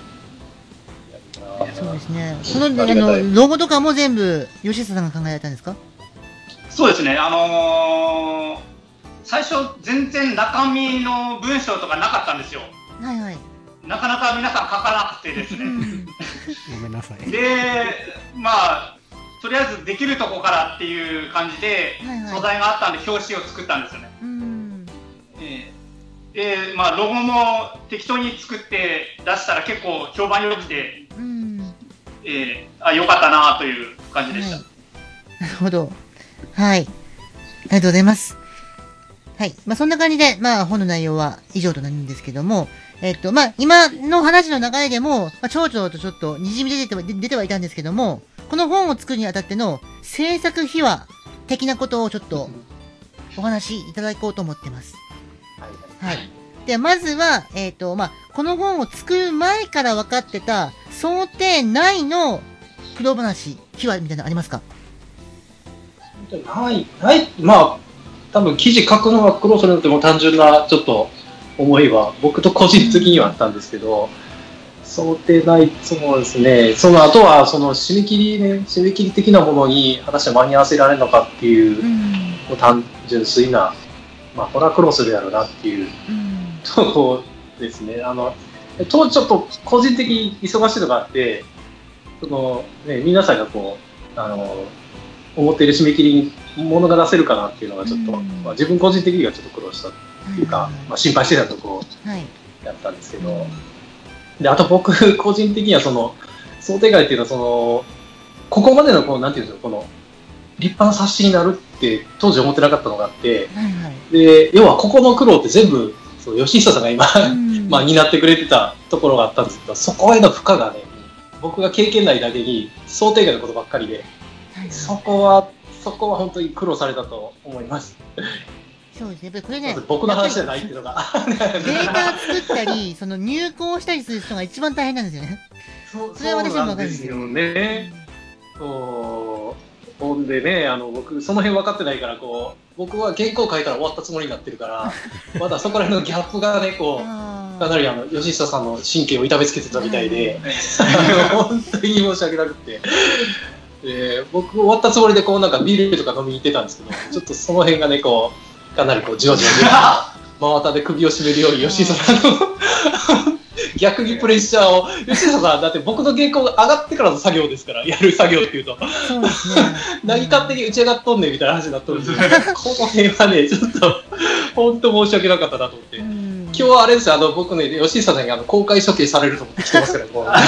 そうですね。このあのロゴとかも全部吉久さんが考えられたんですか？ そうですね。あのー、最初全然中身の文章とかなかったんですよ。はいはい。なかなか皆さん書かなくてですね。 ごめんなさい。 で、まあとりあえずできるとこからっていう感じで、はいはい、素材があったんで表紙を作ったんですよね。うんえー、で、まあロゴも適当に作って出したら結構評判良くて。うんえー、あ良かったなという感じでした、はい、 なるほど。はい。ありがとうございます。はい。まあ、そんな感じで、まあ、本の内容は以上となるんですけども、えっと、まあ、今の話の流れでも、まあ、ちょうちょうとちょっと滲み出ては、出てはいたんですけども、この本を作るにあたっての制作秘話的なことをちょっとお話しいただこうと思ってます。はい。はいで、まずは、えっと、まあ、この本を作る前から分かってた、想定内の苦労話、秘話みたいなのありますか？ ない、ない、まあ、多分記事書くのが苦労するのっても単純な、ちょっと思いは、僕と個人的にはあったんですけど、想定ない、そうですね、その後は、その締め切りね、締め切り的なものに果たして間に合わせられるのかっていう、うん、単純粋な、まあ、これは苦労するやろうなっていう、うんそうですね。あの、とちょっと個人的に忙しいのがあって、そのね、皆さんがこう、あの、思っている締め切りに物が出せるかなっていうのがちょっと、うんまあ、自分個人的にはちょっと苦労したっていうか、うんまあ、心配してたところやったんですけど、はい、で、あと僕個人的にはその、想定外っていうのはその、ここまでのこの、なんていうんですか、この、立派な冊子になるって当時思ってなかったのがあって、はいはい、で、要はここの苦労って全部、吉久さんが今、うんまあ、担ってくれてたところがあったんですけど、そこへの負荷がね、僕が経験ないだけに想定外のことばっかりで、はい、そこはそこは本当に苦労されたと思います。 そうですね、やっぱりこれね、 僕の話じゃないっていうのがデータ作ったり、その入稿したりする人が一番大変なんですよね。 そうそれは私も分かるんですよね。うん、そうほんでね、あの僕その辺分かってないからこう。僕は原稿書いたら終わったつもりになってるからまだそこら辺のギャップがねこうかなりあの吉久さんの神経を痛めつけてたみたいで本当に申し訳なくて、えー、僕終わったつもりでこうなんかビールとか飲みに行ってたんですけどちょっとその辺がねこうかなりこうじわじわ真綿で首を絞めるように吉久さんの逆にプレッシャーを吉田さんだって僕の原稿が上がってからの作業ですからやる作業っていうとそうですね何勝手に打ち上がっとんねんみたいな話になっとるんですけどこの辺はねちょっと本当申し訳なかったなと思って今日はあれですよあの僕ね吉田さんにあの公開処刑されると思って来てますから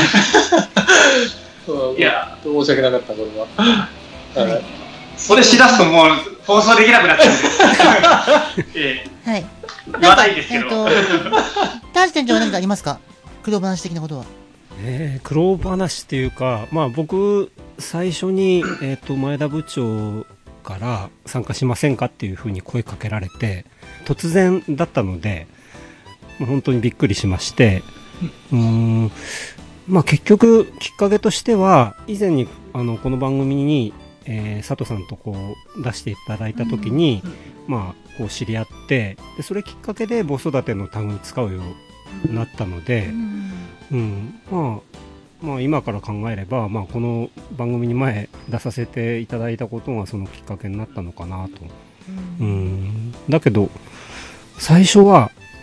もういや申し訳なかったこれは、はい、 それしだすともう放送できなくなっちゃうんで、ええ、はい言わないですけど、えー、 田橋店長は何かありますか苦労話的なことは。 えー、苦労話っていうか、まあ、僕最初に、えー、と前田部長から参加しませんかっていうふうに声かけられて突然だったので、まあ、本当にびっくりしましてうーん、まあ、結局きっかけとしては以前にあのこの番組に、えー、佐藤さんとこう出していただいた時に、うん、まあこう知り合ってでそれきっかけで子育ての単語に使うようになったので、うんうんまあ、まあ今から考えれば、まあ、この番組に前出させていただいたことがそのきっかけになったのかなと、うん、だけど最初は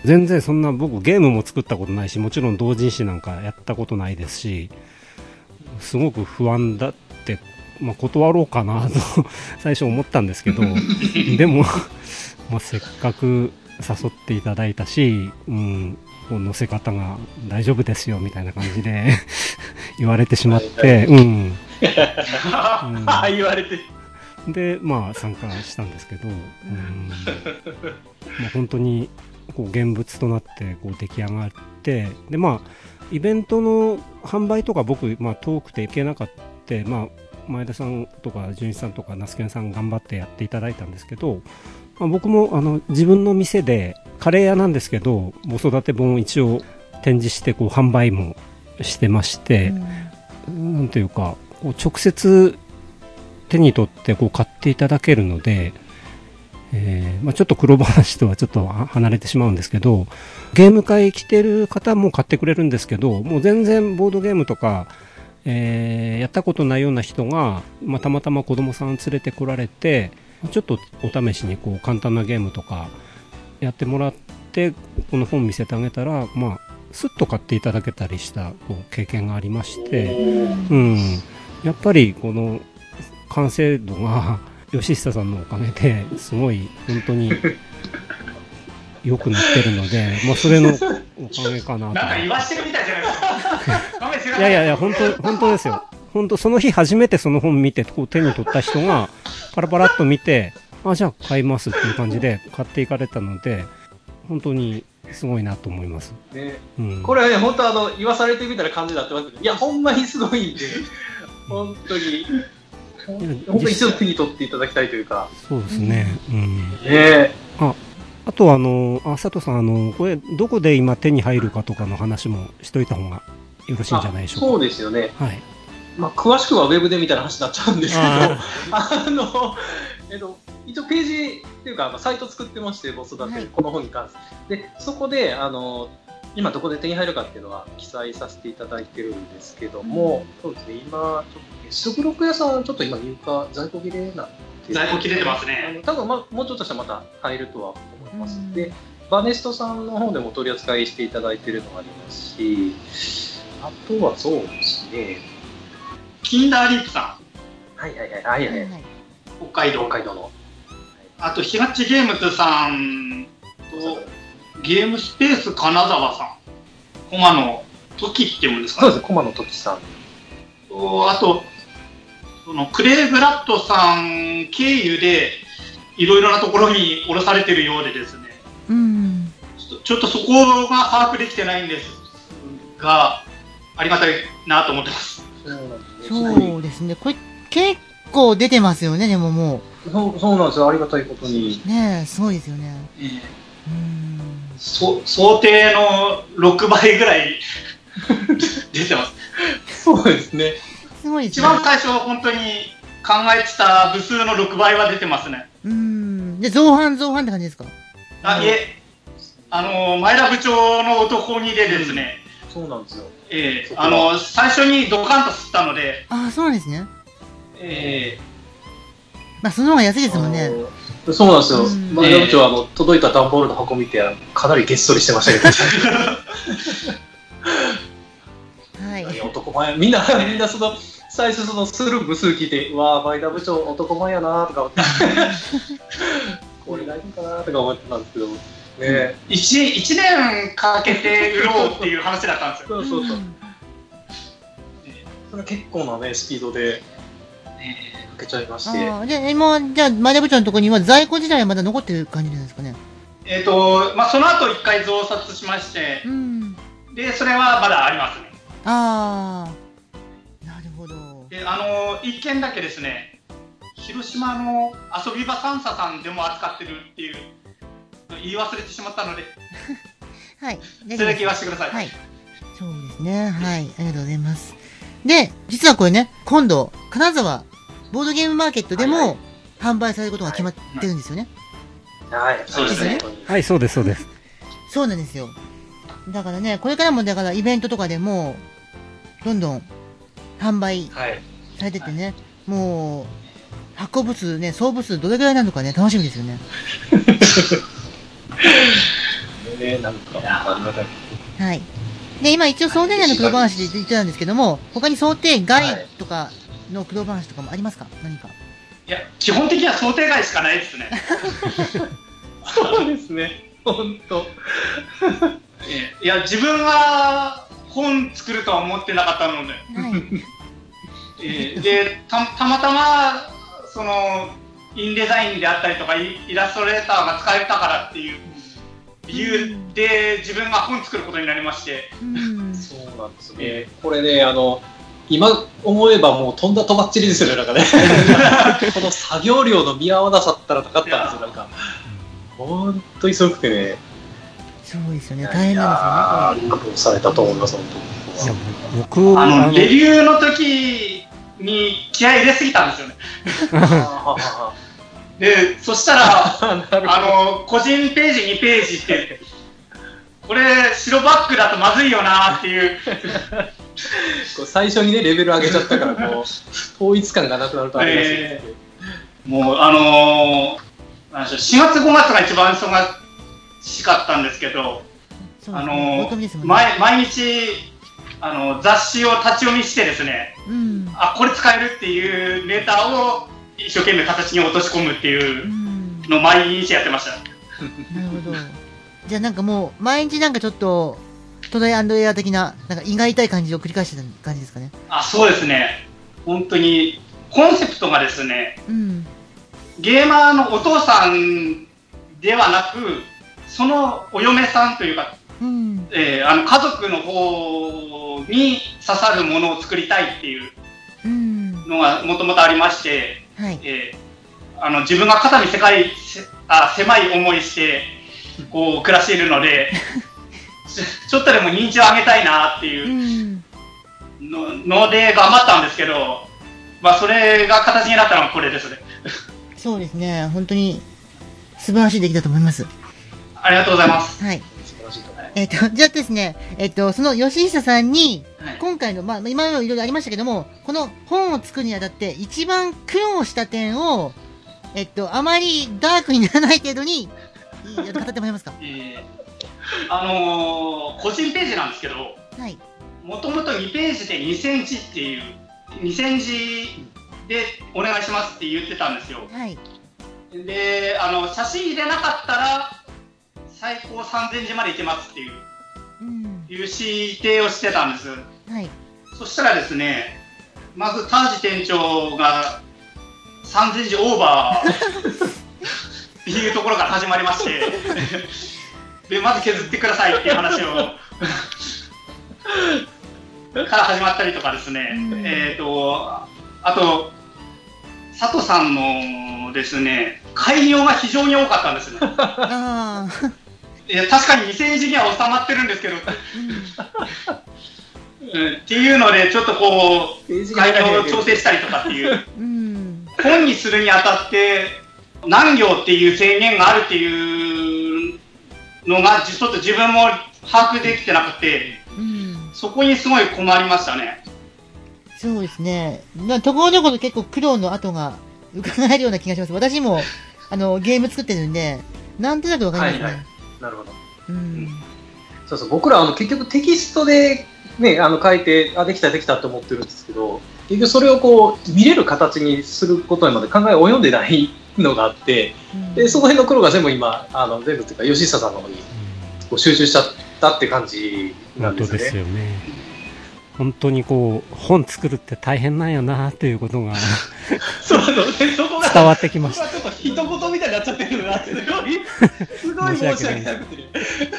全然そんな僕ゲームも作ったことないし、もちろん同人誌なんかやったことないですし、すごく不安だって、まあ、断ろうかなと最初思ったんですけどでも、まあ、せっかく誘っていただいたし、うん、載せ方が大丈夫ですよみたいな感じで言われてしまって、うんうん、 言われてでまあ参加したんですけど、うん、まあ、本当にこう現物となってこう出来上がって、でまあイベントの販売とか僕、まあ、遠くて行けなかった、まあ、前田さんとか純一さんとか那須研さん頑張ってやっていただいたんですけど、まあ、僕もあの自分の店でカレー屋なんですけど子育て本を一応展示してこう販売もしてまして、うん、なんていうかこう直接手に取ってこう買っていただけるので、えーまあ、ちょっと黒話とはちょっと離れてしまうんですけど、ゲーム会来てる方も買ってくれるんですけど、もう全然ボードゲームとか、えー、やったことないような人が、まあ、たまたま子供さん連れてこられてちょっとお試しにこう簡単なゲームとかやってもらってこの本見せてあげたら、まあ、スッと買っていただけたりしたこう経験がありまして、うん、やっぱりこの完成度が吉久さんのおかげですごい本当に良くなってるので、まあそれのおかげかなと。 なんか言わしてるみたいじゃないですか。 いやいやいや本当本当ですよ。本当その日初めてその本見てこう手に取った人がパラパラっと見て、あじゃあ買いますっていう感じで買っていかれたので本当にすごいなと思います。 ね、 うん、 これはね本当あの言わされてみたいな感じになってますけど、いやほんまにすごいんで本当に。本当に一度手に取っていただきたいというか。 そうですね。うん。 ねあ、あとあのあ佐藤さんあのこれどこで今手に入るかとかの話もしといた方がよろしいんじゃないでしょうか。 そうですよね。 はい。 まあ詳しくはウェブでみたいな話になっちゃうんですけど、あ, あのえっと一応ページっていうかサイト作ってまして子育て、はい、この本に関してでそこであの今どこで手に入るかっていうのは記載させていただいてるんですけども、うん、そうですね今ちょっと食ブロック屋さんちょっと今入荷在庫切れなんで在庫切れてますね。 多分、まあ、もうちょっとしたらまた入るとは思います。うん、でバネストさんの方でも取り扱いしていただいているのがありますし、あとはそうですねキンダーリップさん、はいはいはいはいはい、はい、 北海道北海道の、 あとひがっちゲームズさんとゲームスペース金沢さん、駒の時って読むんですかね。 そうですね、駒の時さんと、あとそのクレイブラッドさん経由でいろいろなところに卸されてるようでですね、 うん、 ちょっと、ちょっとそこが把握できてないんですがありがたいなと思ってます。 そうですね、これ結構出てますよね。でももうそうそうなんですよ、ありがたいことにねえ、すごいですよね。 えー、うんそ想定のろくばいぐらい出てます。 そうですね。 すごいですね。一番最初本当に考えてた部数のろくばいは出てますね。 うん。で造反造反って感じですか。 あ、いえ、あの前田部長の男にでですね。 うん、そうなんですよ。 ええー、あの最初にドカンと吸ったので。 ああ、そうなんですね。 ええー。まあその方が安いですもんね。 そうなんですよ。前田部長はあの届いた段ボールの箱見てかなりげっそりしてましたけど。はい。男前みんなみんなその最初そのする部数聞いて、うわー前田部長男前やなーとか思って、これ大丈夫かなーとか思ってたんですけど。ね、 一, 一年かけて売ろうっていう話だったんですよ。 そうそうそう。それは結構なねスピードで、ね、かけちゃいまして。 あじゃあ今じゃあ前田部長のところには在庫自体はまだ残ってる感じなんですかね。 えっ、ー、とまあその後一回増刷しまして、うん、でそれはまだありますね。 ああ、なるほど。 であの一件だけですね、広島の遊び場サンサさんでも扱ってるっていう。言い忘れてしまったので、 はい、 それだけ言わせてください。 はい、そうですね。はい、ありがとうございます。で、実はこれね、今度金沢ボードゲームマーケットでも、はいはい、販売されることが決まってるんですよね。 はい、はい、そうですね。 はい、そうですそうです。 そうなんですよ。だからね、これからもだからイベントとかでもどんどん販売されててね、はい、もう発行部数ね、総部数どれぐらいなのかね、楽しみですよね。 ね、なんか、ありがたい。 はい。で、今一応想定内の黒話で言ってたんですけども、他に想定外とかの黒話とかもありますか？何か。 いや、基本的には想定外しかないですね。 そうですね、本当。 いや、自分は本作るとは思ってなかったので。はい。えー、でた、たまたま、その、インデザインであったりとか、イラストレーターが使えたからっていう理由で、自分が本作ることになりまして。 うん、 そうなんですね。これね、あの、今思えばもう飛んだとばっちりですよね、なんかね。この作業量の見合わなさったらなかったんですよ、なんか。本当にすごくてね。 そうですよね、大変なんですよね。 苦労されたと思います、本当に。 僕あの、レビューの時に気合い入れすぎたんですよね。で、そしたら、あの、個人ページにページって、これ、白バックだとまずいよなっていう。 こう最初にね、レベル上げちゃったから、こう、統一感がなくなるとありますよね。 えー、もう、あのー、しがつごがつが一番忙しかったんですけど、あのー、毎, 毎日、あの雑誌を立ち読みしてですね、うん、あ、これ使えるっていうネタを一生懸命形に落とし込むっていうのを毎日やってました。 なるほど。じゃあなんかもう毎日なんかちょっとトライアンドエア的ななんか胃が痛い感じを繰り返してた感じですかね。 あ、そうですね。本当にコンセプトがですね、うん、ゲーマーのお父さんではなく、そのお嫁さんというか、うん、えー、あの家族の方に刺さるものを作りたいっていうのがもともとありまして、はい、えー、あの自分が肩身世界あ狭い思いしてこう暮らしているのでちょっとでも認知を上げたいなっていうの、ので頑張ったんですけど、まあ、それが形になったのはこれですね。 そうですね、本当に素晴らしい出来だと思います。 ありがとうございます。 はい。えっと、じゃあですね、えっと、その吉久さんに、今回の、まあ、今のいろいろありましたけども、この本を作るにあたって、一番苦労した点を、えっと、あまりダークにならない程度に、語ってもらえますか？ えー、あのー、個人ページなんですけど、はい。もともとにページでにせんじっていう、にせんじでお願いしますって言ってたんですよ。はい。で、あの、写真入れなかったら、最高さんぜんじまでいけますっていう、うん、いう指定をしてたんです。はい。そしたらですね、まず田地店長がさんぜんじオーバーっていうところから始まりましてで、まず削ってくださいっていう話をから始まったりとかですね、うん、えっと、あと、佐藤さんのですね、改良が非常に多かったんですね。あいや確かににせんじには収まってるんですけど、うん、っていうのでちょっとこう改良を調整したりとかっていう、うん、本にするにあたって何行っていう制限があるっていうのがちょっと自分も把握できてなくて、うん、そこにすごい困りましたね。 そうですね。ところどころ結構苦労の跡が伺えるような気がします。私もあのゲーム作ってるんでなんとなくわかりますね。はいはい、 なるほど。うん、そうそう、僕らあの結局テキストで、ね、あの書いてあできたできたと思ってるんですけど、結局それをこう見れる形にすることにまで考えを及んでないのがあって、うん、でその辺の苦労が全部今あの全部というか吉久さんの方にこう集中しちゃったって感じなんですね。 本当ですよね。本当にこう本作るって大変なんやなっていうことがそうそう、そこが伝わってきました。 ちょっと一言みたいになっちゃってるなってすごいすごい申し訳なくて、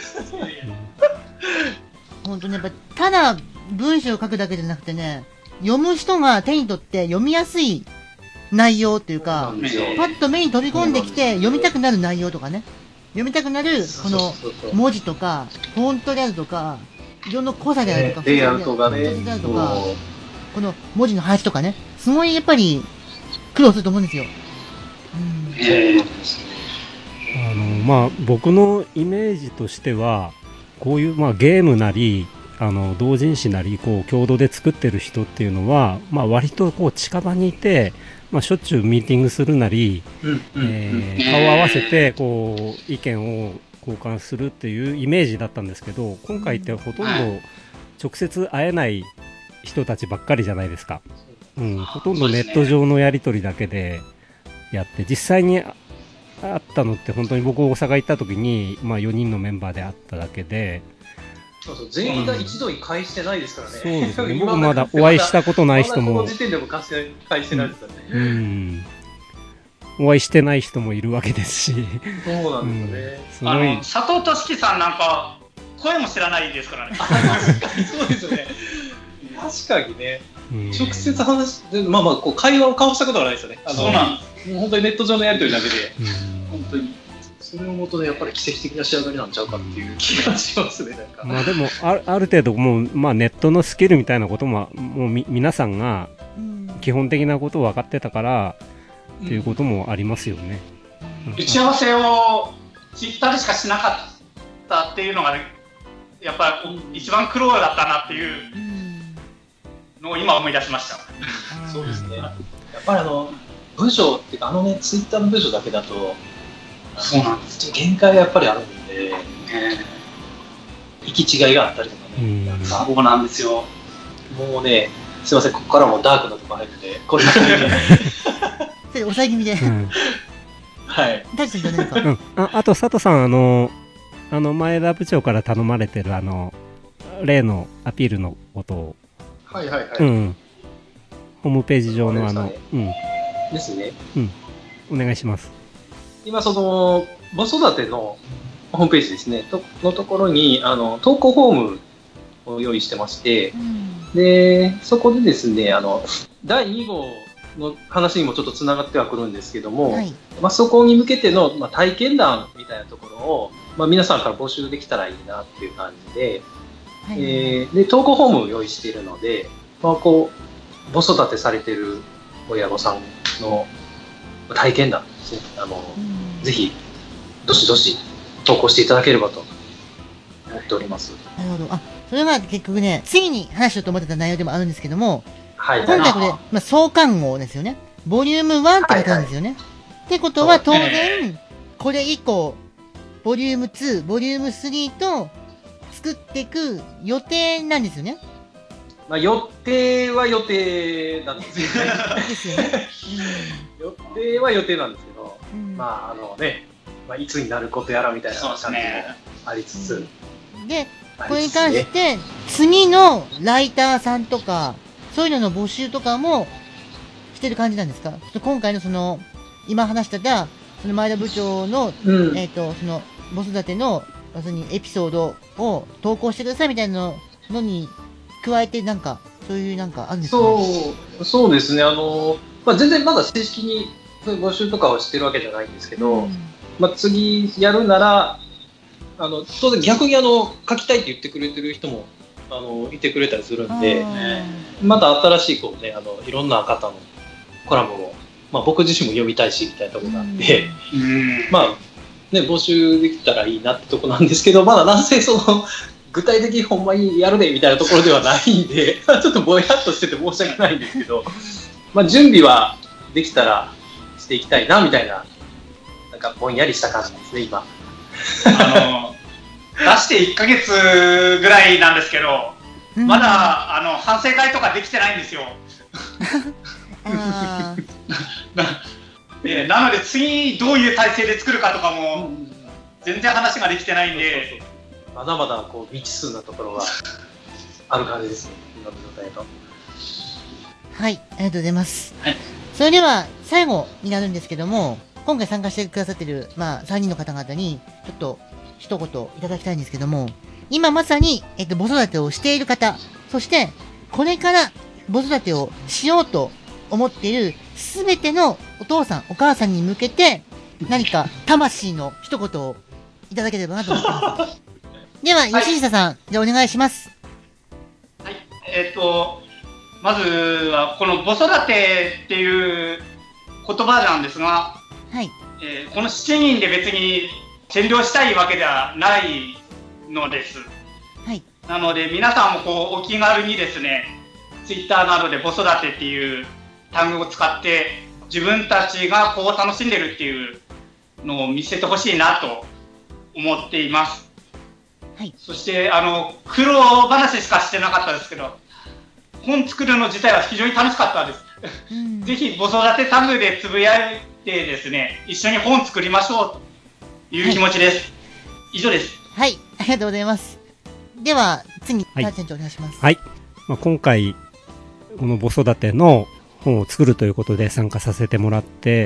本当にやっぱただ文章を書くだけじゃなくてね、読む人が手に取って読みやすい内容というか、パッと目に飛び込んできて読みたくなる内容とかね、読みたくなるこの文字とかフォントであるとか色の濃さであるとか、 レイアウトがね、 とかこの文字の配置とかね、すごいやっぱり苦労すると思うんですよ。うん、えー、 あのまあ僕のイメージとしてはこういう、まあ、ゲームなりあの同人誌なりこう共同で作ってる人っていうのは、まあ、割とこう近場にいて、まあ、しょっちゅうミーティングするなり、うんえー、顔を合わせてこう意見を交換するっていうイメージだったんですけど、今回ってほとんど直接会えない人たちばっかりじゃないですか。うん、ほとんどネット上のやり取りだけでやって、実際に会ったのって本当に僕大阪行った時に、まあ、よにんのメンバーで会っただけで、 そうそう全員が一度に返してないですからね。 そうですね。僕まだお会いしたことない人も、 まだこの時点でも返して返してないですからね。 うん、お会いしてない人もいるわけですし。 そうなんですよね。 うん、すごい。 あの佐藤俊樹さんなんか声も知らないですからね。 確かにそうですよね。確かにね。 うん、 直接話して、まあまあこう会話を交わしたことはないですよね。あのそうなんです。 もう本当にネット上のやり取りだけで、 うん、 本当にそれをもとでやっぱり奇跡的な仕上がりなんちゃうかっていう気がしますね。なんかまあでもある、ある程度もう、まあ、ネットのスキルみたいなことももうみ皆さんが基本的なことを分かってたからっていうこともありますよね。 うん、打ち合わせをツイッターでしかしなかったっていうのが、ね、やっぱり一番苦労だったなっていうのを今思い出しました。 そうですね。やっぱりあの文章っていうかあのねツイッターの文章だけだとそうなんです。 限界がやっぱりあるんで、えー、行き違いがあったりとかね。 うんなんかそうなんですよ。 もうね、すいません、ここからもダークなとこ入って、これだけで、ね、 それ抑え気味で、うん、 はい。 大丈夫ですか？ うん、あ, あと佐藤さん、あのあの前田部長から頼まれてるあの例のアピールのことを、 はいはいはい。 うん、ホームページ上のあの、うん、 ですね。 うん、お願いします。 今その子育てのホームページですねとのところにあの投稿フォームを用意してまして、うん、でそこでですねあのだいに号の話にもちょっとつながってはくるんですけども、はい、まあ、そこに向けての、まあ、体験談みたいなところを、まあ、皆さんから募集できたらいいなっていう感じで、はい、えー、で投稿フォームを用意しているので、まあ、こう子育てされてる親御さんの体験談ですね、あの、うん、ぜひどしどし投稿していただければと思っております。 なるほど。あ、それは結局ね、次に話しようと思ってた内容でもあるんですけども、 はい、 今回これ、まあ、創刊号ですよね。ボリュームワンってことなんですよね。はいはい、ってことは当然、これ以降、ボリュームツー、ボリュームスリーと作っていく予定なんですよね。 まあ、予定は予定なんですよね。 ですよね。 うん、予定は予定なんですけど、うん、まああのね、まあ、いつになることやらみたいな感じもありつつ、 うん、でこれに関して次のライターさんとかそういうのの募集とかもしてる感じなんですか？今回のその今話してたその前田部長の、うん、えっ、ー、とその子育ての要するにエピソードを投稿してくださいみたいなのに加えてなんかそういうなんかあるんですか？ そうそうですね。あの、まあ、全然まだ正式に募集とかはしてるわけじゃないんですけど、うん、まあ、次やるならあの当然逆にあの書きたいって言ってくれてる人もあのいてくれたりするんで、また新しいこうねあのいろんな方のコラムを、まあ、僕自身も読みたいしみたいなところがあって、うん、まあね募集できたらいいなってとこなんですけど、まだなんせその具体的にほんまにやるでみたいなところではないんでちょっとぼやっとしてて申し訳ないんですけど、まあ準備はできたらしていきたいなみたいな、なんかぼんやりした感じですね今。 あの出していっかげつぐらいなんですけど、うん、まだあの反省会とかできてないんですよ。 あな, えなので次どういう体制で作るかとかも全然話ができてないんで、そうそうそう、まだまだこう未知数なところがある感じですね今の状態と。 はい、ありがとうございます、 はい、 それでは最後になるんですけども、今回参加してくださっている、まあ、さんにんの方々にちょっと一言いただきたいんですけども、今まさに、えっと、子育てをしている方、そしてこれから子育てをしようと思っているすべてのお父さんお母さんに向けて何か魂の一言をいただければなと思ってます。では、吉久さん、はい、じゃあお願いします。 はい、えっとまずはこの子育てっていう言葉なんですが、 はい、 えー、このしちにんで別に占領したいわけではないのです、 はい、 なので皆さんもこうお気軽にですねツイッターなどで子育てっていう単語を使って自分たちがこう楽しんでるっていうのを見せてほしいなと思っています。 はい。 そして、あの、苦労話しかしてなかったですけど、本作るの自体は非常に楽しかったです。うん、ぜひ、子育てタグでつぶやいてですね、一緒に本作りましょうという気持ちです。はい、以上です。 はい、ありがとうございます。では、次、ター店長お願いします。 はい。まあ、今回、この子育ての本を作るということで参加させてもらって、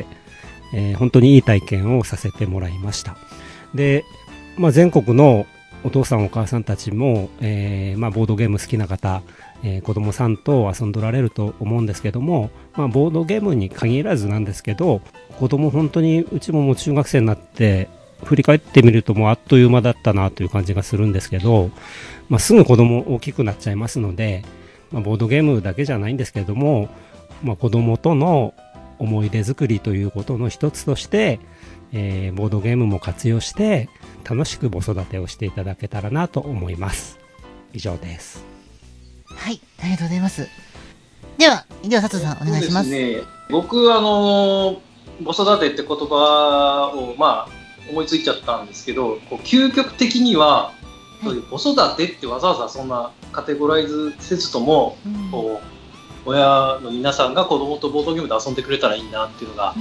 えー、本当にいい体験をさせてもらいました。で、まあ、全国のお父さんお母さんたちも、えーまあ、ボードゲーム好きな方、えー、子供さんと遊んでおられると思うんですけども、まあ、ボードゲームに限らずなんですけど、子供本当にうちももう中学生になって振り返ってみるともうあっという間だったなという感じがするんですけど、まあ、すぐ子供大きくなっちゃいますので、まあ、ボードゲームだけじゃないんですけども、まあ、子供との思い出作りということの一つとして、えー、ボードゲームも活用して楽しく子育てをしていただけたらなと思います。以上です。 はい、ありがとうございます。では、では佐藤さんお願いします。 そうですね、僕あの子育てって言葉をまあ思いついちゃったんですけど、こう究極的にはそういう子育てってわざわざそんなカテゴライズせずとも、うん、こう親の皆さんが子供とボードゲームで遊んでくれたらいいなっていうのが、うん、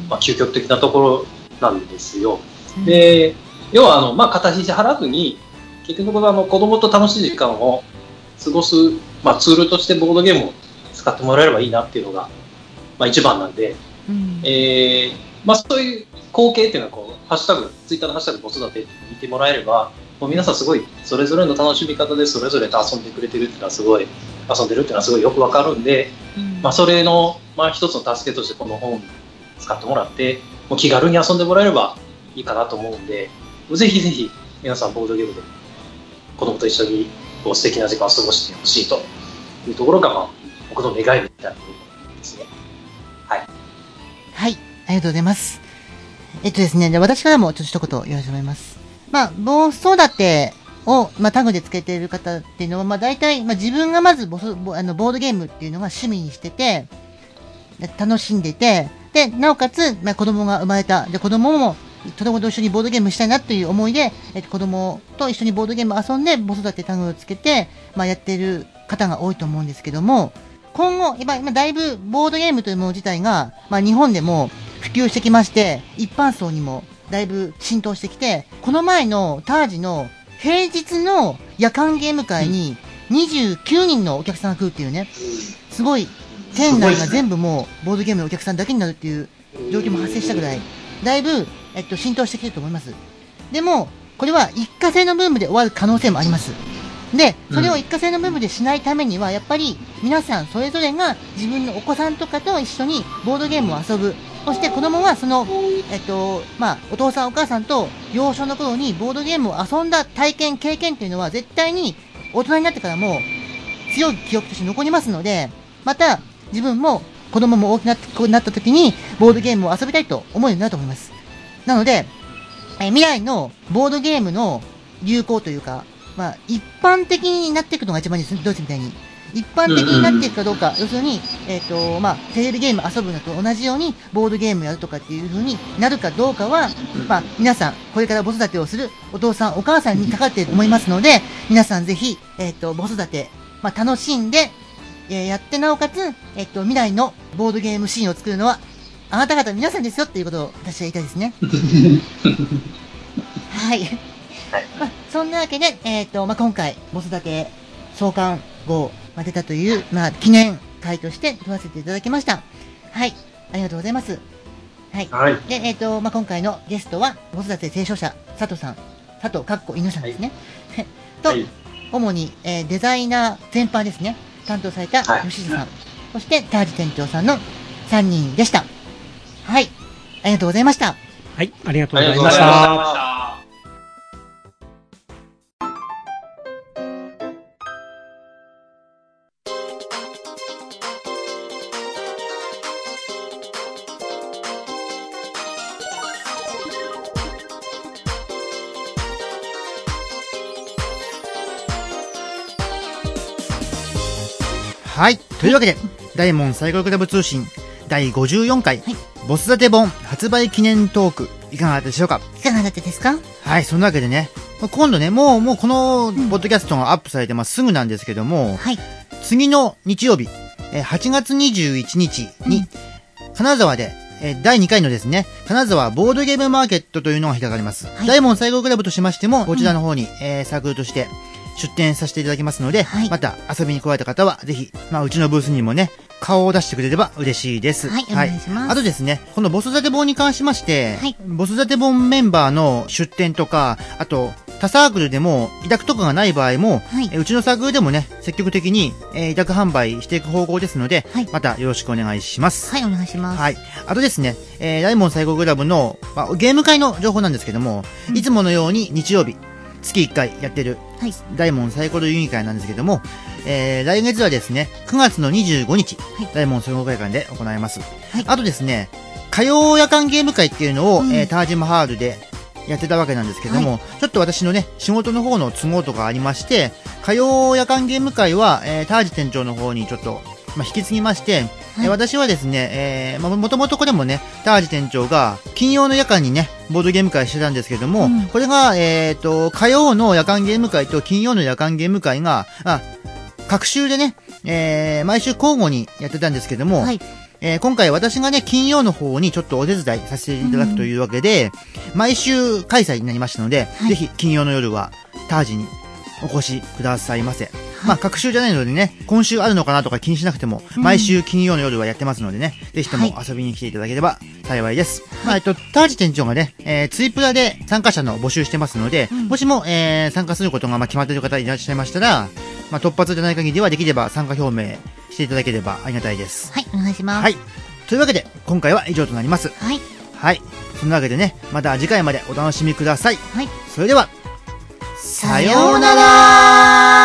まあ、究極的なところなんですよ。うん、で、要はあの、まあ、肩肘張らずに結局あの子供と楽しい時間を過ごす、まあ、ツールとしてボードゲームを使ってもらえればいいなっていうのが、まあ、一番なんで、うん、えーまあ、そういう光景っていうのはこうハッシュタグツイッターのハッシュタグ子育てって見てもらえれば、もう皆さんすごいそれぞれの楽しみ方でそれぞれと遊んでくれてるっていうのはすごい遊んでるっていうのはすごいよくわかるんで、うん、まあ、それの、まあ、一つの助けとしてこの本使ってもらってもう気軽に遊んでもらえればいいかなと思うんで、ぜひぜひ皆さんボードゲームで子供と一緒にこう素敵な時間を過ごしてほしいというところが、まあ、僕の願いみたいなところですね。はい。 はい、ありがとうございます。えっとですね、で私からもちょっと一言言わせてもらいます。まあ、子育てを、まあ、タグでつけている方っていうのは、まあ、大体、まあ、自分がまずボスボあのボードゲームっていうのが趣味にしてて、楽しんでて、で、なおかつ、まあ、子供が生まれた。で、子供も、子供と一緒にボードゲームしたいなという思いで、えっと、子供と一緒にボードゲームを遊んで、子育てタグをつけて、まあ、やっている方が多いと思うんですけども、今後、今、今だいぶボードゲームというもの自体が、まあ、日本でも普及してきまして、一般層にもだいぶ浸透してきて、この前のタージの平日の夜間ゲーム会ににじゅうきゅうにんのお客さんが来るっていうね、すごい、店内が全部もうボードゲームのお客さんだけになるっていう状況も発生したぐらい、だいぶ、えっと、浸透してきてると思います。でも、これは一過性のブームで終わる可能性もあります。で、それを一過性の部分でしないためには、やっぱり皆さんそれぞれが自分のお子さんとかと一緒にボードゲームを遊ぶ。そして子供はその、えっと、まあ、お父さんお母さんと幼少の頃にボードゲームを遊んだ体験、経験っていうのは絶対に大人になってからも強い記憶として残りますので、また自分も子供も大きくなってなった時にボードゲームを遊びたいと思うようになると思います。なので、え未来のボードゲームの流行というか、まあ、一般的になっていくのが一番いいですね。ドイツみたいに。一般的になっていくかどうか。要するに、えっと、まあ、テレビゲーム遊ぶのと同じように、ボードゲームやるとかっていう風になるかどうかは、まあ、皆さん、これから子育てをするお父さん、お母さんにかかっていると思いますので、皆さんぜひ、えっと、子育て、まあ、楽しんで、えー、やって、なおかつ、えっと、未来のボードゲームシーンを作るのは、あなた方皆さんですよっていうことを私は言いたいですね。はい。まあ、そんなわけで、えっと、まあ、今回、子育て創刊号が出たという、まあ、記念会として撮らせていただきました。はい。ありがとうございます。はい。はい、で、えっと、まあ、今回のゲストは、子育て提唱者、佐藤さん、佐藤かっこ犬さんですね。はい、と、はい、主に、えー、デザイナー全般ですね、担当された吉田さん、はい、そして、タージ店長さんのさんにんでした。はい。ありがとうございました。 はい。ありがとうございました。 はい。というわけで、大門サイコロクラブ通信だいごじゅうよんかい、はい、ボス立て本発売記念トークいかがだったでしょうか？ いかがだったですか？ はい、そんなわけでね、今度ね、もう、もうこの、ポッドキャストがアップされて、まあ、すぐなんですけども、 はい。 次の日曜日、えーはちがつにじゅういちにちに、金沢で、えーだいにかいのですね、金沢ボードゲームマーケットというのが開かれます。 はい、 大門西郷クラブとしましても、こちらの方に、えーサークルとして出展させていただきますので、 はい、 また遊びに来られた方は、ぜひ、まあ、うちのブースにもね、顔を出してくれれば嬉しいです。 はい、お願いします。はい、 あとですね、このボス立て本に関しまして、 はい、 ボス立て本メンバーの出展とか、あと、他サークルでも委託とかがない場合も、はい、えうちのサークルでもね、積極的に、えー、委託販売していく方向ですので、はい、またよろしくお願いします。 はい、お願いします。 はい。あとですね、えー、大門西郷クラブの、まあ、ゲーム会の情報なんですけども、うん、いつものように日曜日、月いっかいやってる、はい、大門サイコロ遊戯会なんですけども、えー、来月はですね、くがつのにじゅうごにち、はい、大門総合会館で行います。はい、あとですね、火曜夜間ゲーム会っていうのを、うん、えー、タージマハールでやってたわけなんですけども、はい、ちょっと私のね、仕事の方の都合とかありまして、火曜夜間ゲーム会は、えー、タージ店長の方にちょっと、まあ、引き継ぎまして、はい、私はですね、えー、まあ、もともとこれもね、タージ店長が、金曜の夜間にね、ボードゲーム会してたんですけども、うん、これが、えっと、火曜の夜間ゲーム会と金曜の夜間ゲーム会が、あ、各週でね、えー、毎週交互にやってたんですけども、はい、えー、今回私がね、金曜の方にちょっとお手伝いさせていただくというわけで、うん、毎週開催になりましたので、はい、ぜひ金曜の夜はタージにお越しくださいませ。まあ、各週じゃないのでね、今週あるのかなとか気にしなくても、うん、毎週金曜の夜はやってますのでね、ぜひとも遊びに来ていただければ幸いです。はい、まあ、えっと、タージ店長がね、えー、ツイプラで参加者の募集してますので、うん、もしも、えー、参加することがまあ決まっている方いらっしゃいましたら、まあ、突発じゃない限りはできれば参加表明していただければありがたいです。 はい、お願いします。 はい。というわけで、今回は以上となります。 はい。 はい。そんなわけでね、また次回までお楽しみください。 はい。 それでは、さようなら。